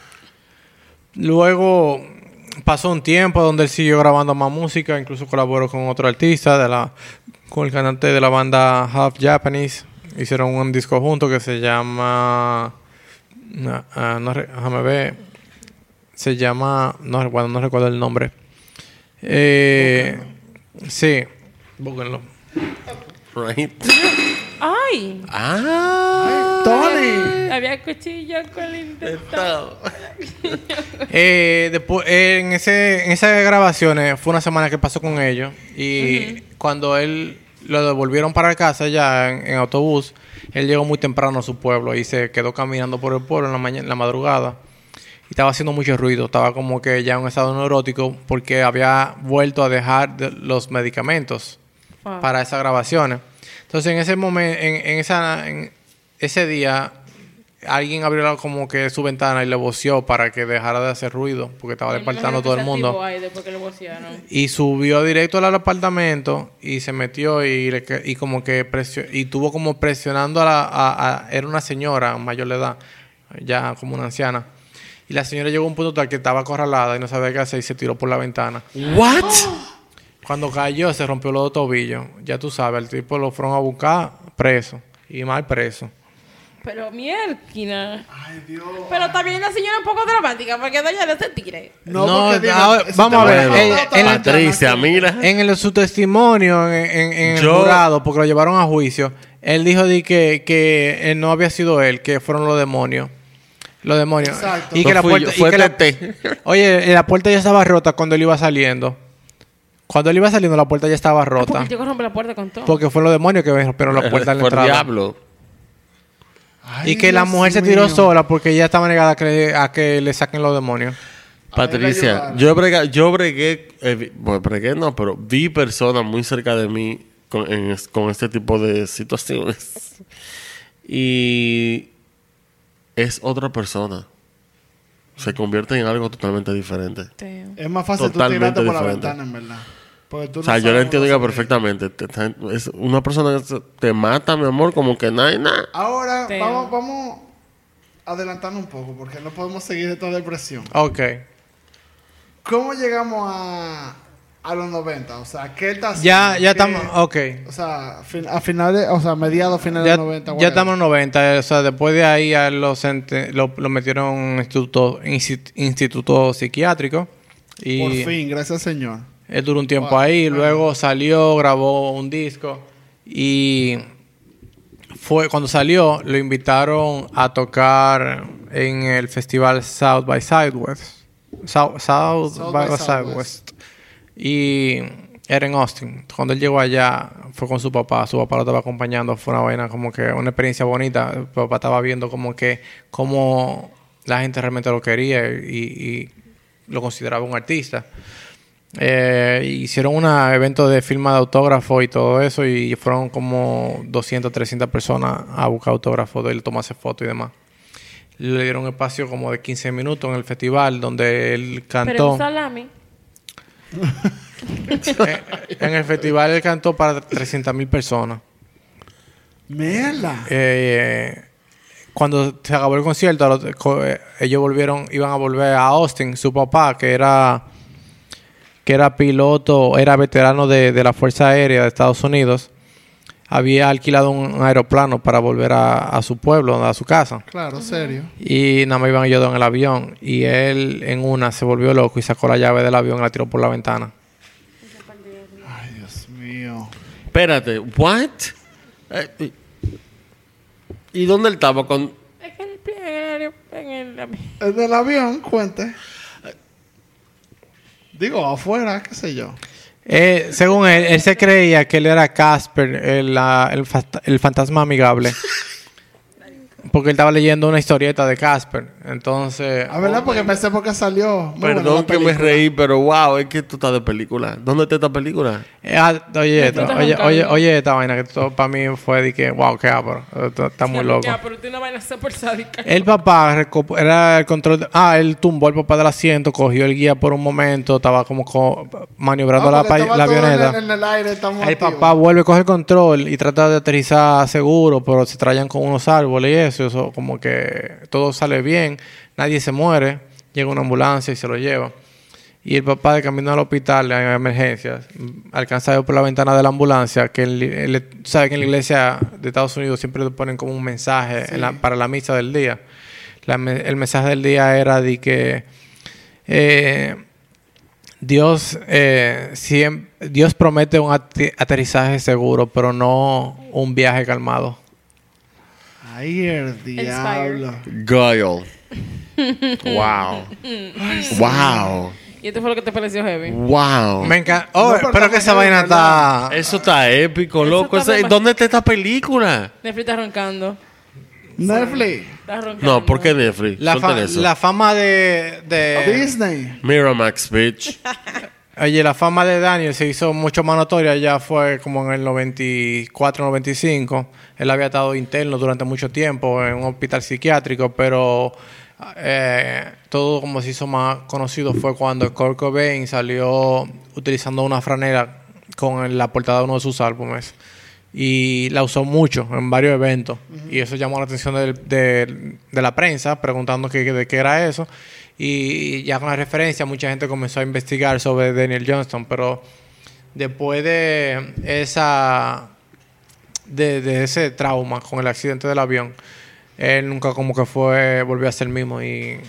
Luego pasó un tiempo donde él siguió grabando más música, incluso colaboró con otro artista, de la, con el cantante de la banda Half Japanese. Hicieron un disco junto que se llama... No, ah, no re- déjame ver. Se llama... No recuerdo, no recuerdo el nombre. Eh, sí, búsquenlo. Right? ¡Ay! Ah. Tony. Había cuchillo con el intestado. Eh, después, eh, en, ese, en esas grabaciones fue una semana que pasó con ellos y cuando él lo devolvieron para casa ya en, en autobús, él llegó muy temprano a su pueblo y se quedó caminando por el pueblo en la, mañana, en la madrugada y estaba haciendo mucho ruido, estaba como que ya en un estado neurótico porque había vuelto a dejar de- los medicamentos Fuck. para esas grabaciones. Entonces en ese momento, en, en esa, en ese día, alguien abrió la- como que su ventana y le voció para que dejara de hacer ruido, porque estaba Yo me despertando imagino todo que el se mundo. activó ahí después que lo bocearon. Y subió directo al apartamento y se metió y, le que- y como que presio- y tuvo como presionando a la, a- a- era una señora mayor de edad, ya como una anciana. Y la señora llegó a un punto tal que estaba acorralada y no sabía qué hacer y se tiró por la ventana. What? Cuando cayó se rompió los dos tobillos. Ya tú sabes, el tipo lo fueron a buscar preso. Y mal preso. Pero mierda. Ay, Dios. Pero también la señora un poco dramática, porque doña no se tire. No, No, porque dime, ahora, ese vamos a tema ver, no eh, está en la- tan Patricia, aquí. mira. En el- su testimonio en, en- en el Yo- jurado, porque lo llevaron a juicio, él dijo de que, que eh, no había sido él, que fueron los demonios. Los demonios. Exacto. Y No que la fui puerta, yo, fue y que la- Tete. oye, la puerta ya estaba rota cuando él iba saliendo. Cuando él iba saliendo, la puerta ya estaba Ah, rota. porque llegó a romper la puerta con todo. Porque fueron los demonios que rompieron la puerta en la Por entrada. diablo. Ay, Y que la Dios mujer se tiró mío. sola porque ella estaba negada a que le, a que le saquen los demonios. Patricia, ayudaron. yo bregué, yo bregué, eh, vi- bueno, bregué no, pero vi personas muy cerca de mí con, en es- con este tipo de situaciones. Y es otra persona. Se convierte en algo totalmente diferente. Damn. Es más fácil tú Totalmente tirarte por la diferente. ventana, en verdad. Porque tú O sea, no yo lo sabes entiendo cómo ya se ve. perfectamente. Te- te- es una persona que se- te mata, mi amor, como que nada y nada. Ahora, Damn. vamos, vamos adelantando un poco, porque no podemos seguir esta depresión. Ok. ¿Cómo llegamos a, a los noventa? O sea, ¿qué está haciendo? Ya, ya ¿Qué- estamos. Ok. O sea, fin- a finales, o sea, mediados, finales Ya, de los noventa. ya whatever. estamos en noventa. O sea, después de ahí a los ente- lo, lo metieron en un instituto, insti- instituto psiquiátrico. Y Por fin, gracias Señor. él duró un tiempo Wow. ahí. Luego salió, grabó un disco. Y fue cuando salió, lo invitaron a tocar en el festival South by Southwest. South, South, South by, by Southwest. Y era en Austin. Cuando él llegó allá, fue con su papá. Su papá lo estaba acompañando. Fue una vaina como que una experiencia bonita. El papá estaba viendo como que cómo la gente realmente lo quería y, y lo consideraba un artista. Eh, hicieron un evento de firma de autógrafo y todo eso y fueron como doscientas, trescientas personas a buscar autógrafos de él, tomarse fotos y demás. Le dieron un espacio como de quince minutos en el festival donde él Pero cantó. un salami. Eh, en el festival él cantó para trescientas mil personas. Mierda. Eh, cuando se acabó el concierto, a los- co- eh, ellos volvieron, iban a volver a Austin. Su papá, que era que era piloto, era veterano de, de la Fuerza Aérea de Estados Unidos, había alquilado un aeroplano para volver a, a su pueblo, a su casa. Claro, serio. Y nada más iban ellos dos en el avión. Y él en una se volvió loco y sacó la llave del avión y la tiró por la ventana. Ay, Dios mío. Espérate, ¿what? Eh, ¿Y dónde él estaba con...? Es que el en el, en el, El del avión, cuente. Digo, afuera, qué sé yo. Eh, según él, él se creía que él era Casper, el, la- el, fast- el fantasma amigable. Porque él estaba leyendo una historieta de Casper. Entonces... A verdad, porque pensé porque salió. Muy buena Perdón la que me película. reí, pero wow, es que tú estás de película. ¿Dónde está esta película? Eh, ah, oye, Me esta, estás oye, roncando. oye, oye, esta vaina que todo para mí fue de que, wow, qué ápero. Está, está muy loco. Ya, pero tiene una vaina súper sádica. El papá recu- era el control. De, ah, él tumbó el papá del asiento, cogió el guía por un momento, estaba como co- maniobrando Ah, la, porque pa- estaba la todo avioneta. En el, en el aire, estamos El activos. papá vuelve a coger control y trata de aterrizar seguro, pero se traían con unos árboles y eso, eso como que todo sale bien, nadie se muere, llega una ambulancia y se lo lleva. Y el papá de camino al hospital en emergencias, mm, alcanza a ver por la ventana de la ambulancia que el, el- sabe que en la iglesia de Estados Unidos siempre le ponen como un mensaje en la- para la misa del día. La me- el mensaje del día era de que eh, Dios, eh, siem- Dios promete un ati- aterrizaje seguro, pero no un viaje calmado. Ay, el diablo. Goyle. Wow. Wow. Y esto fue lo que te pareció heavy. Wow. Me encanta. No, Oh, pero pero que está esa muy vaina bien, ¿verdad? está. Eso está épico, Eso loco. está Ese- demasiado- ¿Dónde está esta película? Netflix está roncando. Netflix. Está roncando. No, ¿por qué Netflix? La, fa- Suelten eso. la fama de, de Disney. Miramax, bitch. Oye, la fama de Daniel se hizo mucho más notoria. Ya fue como en el noventa y cuatro, noventa y cinco. Él había estado interno durante mucho tiempo en un hospital psiquiátrico, pero eh, todo como se hizo más conocido fue cuando Kurt Cobain salió utilizando una franela con la portada de uno de sus álbumes. Y la usó mucho en varios eventos. Y eso llamó la atención del- de, de la prensa, preguntando qué, de qué era eso. Y ya con la referencia, mucha gente comenzó a investigar sobre Daniel Johnston. Pero después de esa de, de ese trauma con el accidente del avión, él nunca como que fue, volvió a ser el mismo y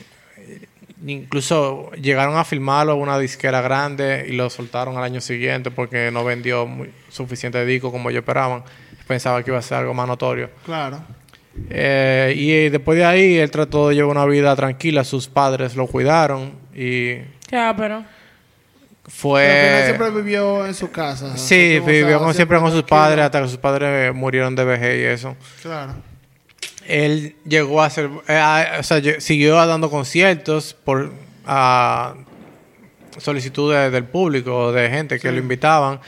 incluso llegaron a filmarlo en una disquera grande y lo soltaron al año siguiente porque no vendió muy, suficiente disco como ellos esperaban. Pensaba que iba a ser algo más notorio. Claro. Eh, y después de ahí él trató de llevar una vida tranquila. Sus padres lo cuidaron y Ya, pero... fue... Pero al final siempre vivió en su casa. Sí, así como, o vivió sea, como siempre con sus tranquilo. padres hasta que sus padres murieron de vejez y eso. Claro. Él llegó a hacer, eh, a- o sea, lle- siguió dando conciertos por a solicitudes del público, de gente que lo invitaban,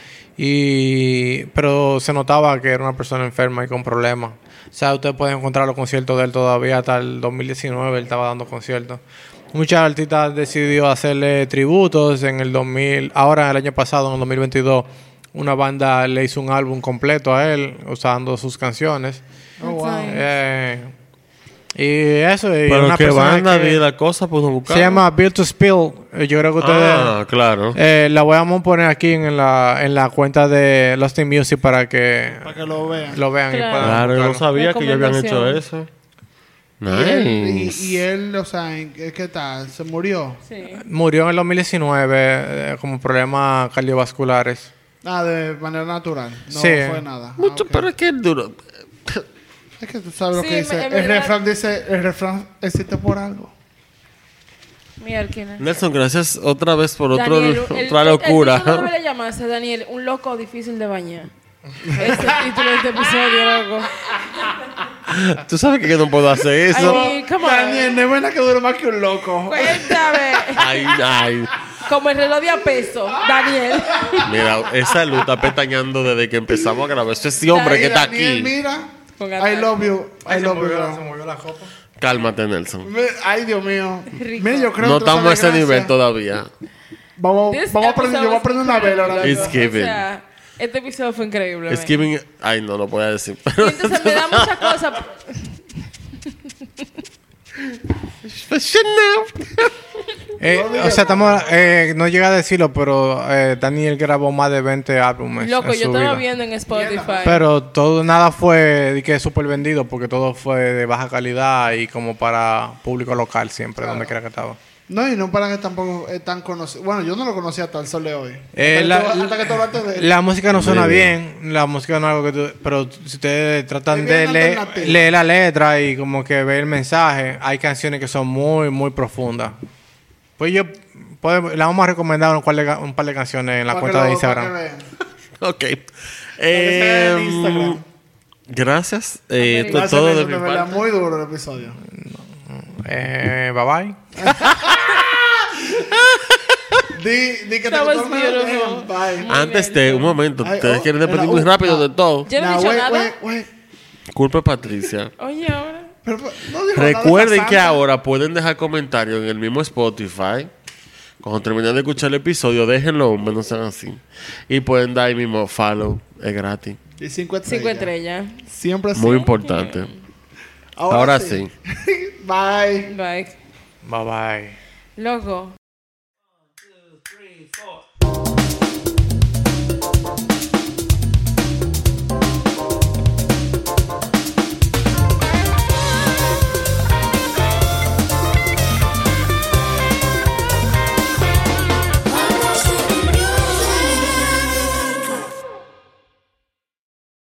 y pero se notaba que era una persona enferma y con problemas. O sea, ustedes pueden encontrar los conciertos de él todavía hasta el dos mil diecinueve, él estaba dando conciertos. Muchas artistas decidió hacerle tributos en el dos mil, ahora el año pasado, en el dos mil veintidós, una banda le hizo un álbum completo a él usando sus canciones. Oh, wow. Eh, y eso, y Pero una qué persona banda que vi la cosa, pues buscar. se llama Build to Spill. Eh, Yo creo que ustedes Ah, claro. eh, la voy a poner aquí en la, en la cuenta de Lost in Music para que Para que lo vean. lo vean. Claro. Y puedan Claro, yo no buscarlo. sabía que ya habían hecho Recomendación. eso. Y él, y, Nice. y él, o sea, ¿en qué, qué tal? ¿Se murió? Sí. Murió en el dos mil diecinueve eh, con problemas cardiovasculares. Ah, de manera natural. No Sí. fue nada. Mucho, Ah, ok. pero es que duro. Es que tú sabes lo Sí, que dice. en El verdad- refrán dice, el refrán existe por algo. Mierda. Nelson, gracias otra vez por otro, Daniel, el- otra el- locura. El título debería llamarse, Daniel, un loco difícil de bañar. Ese es el título de este episodio, loco. Tú sabes que yo no puedo hacer eso. Ay, come on. Daniel, no es buena que dure más que un loco. Cuéntame. Ay, ay. Como el reloj de a peso, Daniel. Mira, esa luz está petañando desde que empezamos a grabar. Ese hombre que está Daniel, aquí. mira. Con I ataque. love you. I love you. girl. movió la copa. Cálmate, Nelson. Me- Ay, Dios mío. Rico. Mira, yo creo No que tú estamos a sabes ese gracia. nivel todavía. Vamos, This vamos a aprender. Yo voy a episode aprender was una vela ahora incredible, It's mismo. loco. given. O sea, este episodio fue increíble. It's man. giving. Ay, no lo voy a decir. Y entonces me da muchas cosas. Eh, o sea, estamos, eh, no llega a decirlo, pero eh, Daniel grabó más de veinte álbumes. Loco, en yo su estaba vida. viendo en Spotify. Pero todo, nada fue de que súper vendido, porque todo fue de baja calidad y como para público local siempre, donde quiera que estaba. No, y no para que tampoco es tan conocido. Bueno, yo no lo conocía hasta el sol de hoy. Eh, hasta, la, que tú, hasta que tú hablaste de él. la música no suena Muy bien, la música no es algo que tú, pero si ustedes tratan Es de bien leer, alternativo. leer la letra y como que ver el mensaje, hay canciones que son muy, muy profundas. Pues yo, podemos- la vamos a recomendar un par de, un par de canciones en la Para cuenta que de lo- para Instagram. que vean. Ok. Para que se vean en Eh, Instagram. gracias. Eh, esto es Gracias, todo de Nelson, mi de verdad, parte. muy duro el episodio. Eh, bye bye. Di, di que te That was gustó, beautiful. Bye. Antes de un momento, Ay, ustedes oh, quieren despedir era- muy oh, rápido no. de todo. Yo no he Nah, dicho wait, nada. wait, wait. Culpa de Patricia. Oye, ahora. Pero, pero, no dijo nada de Recuerden esa que santa. ahora pueden dejar comentarios en el mismo Spotify. Cuando terminen de escuchar el episodio, déjenlo, hombre, no sean así. Y pueden dar ahí mismo follow, es gratis. Y cinco estrellas. Cinco estrellas. Siempre así. Muy importante. Ahora, Ahora sí. sí. Bye. Bye. Bye bye. Loco.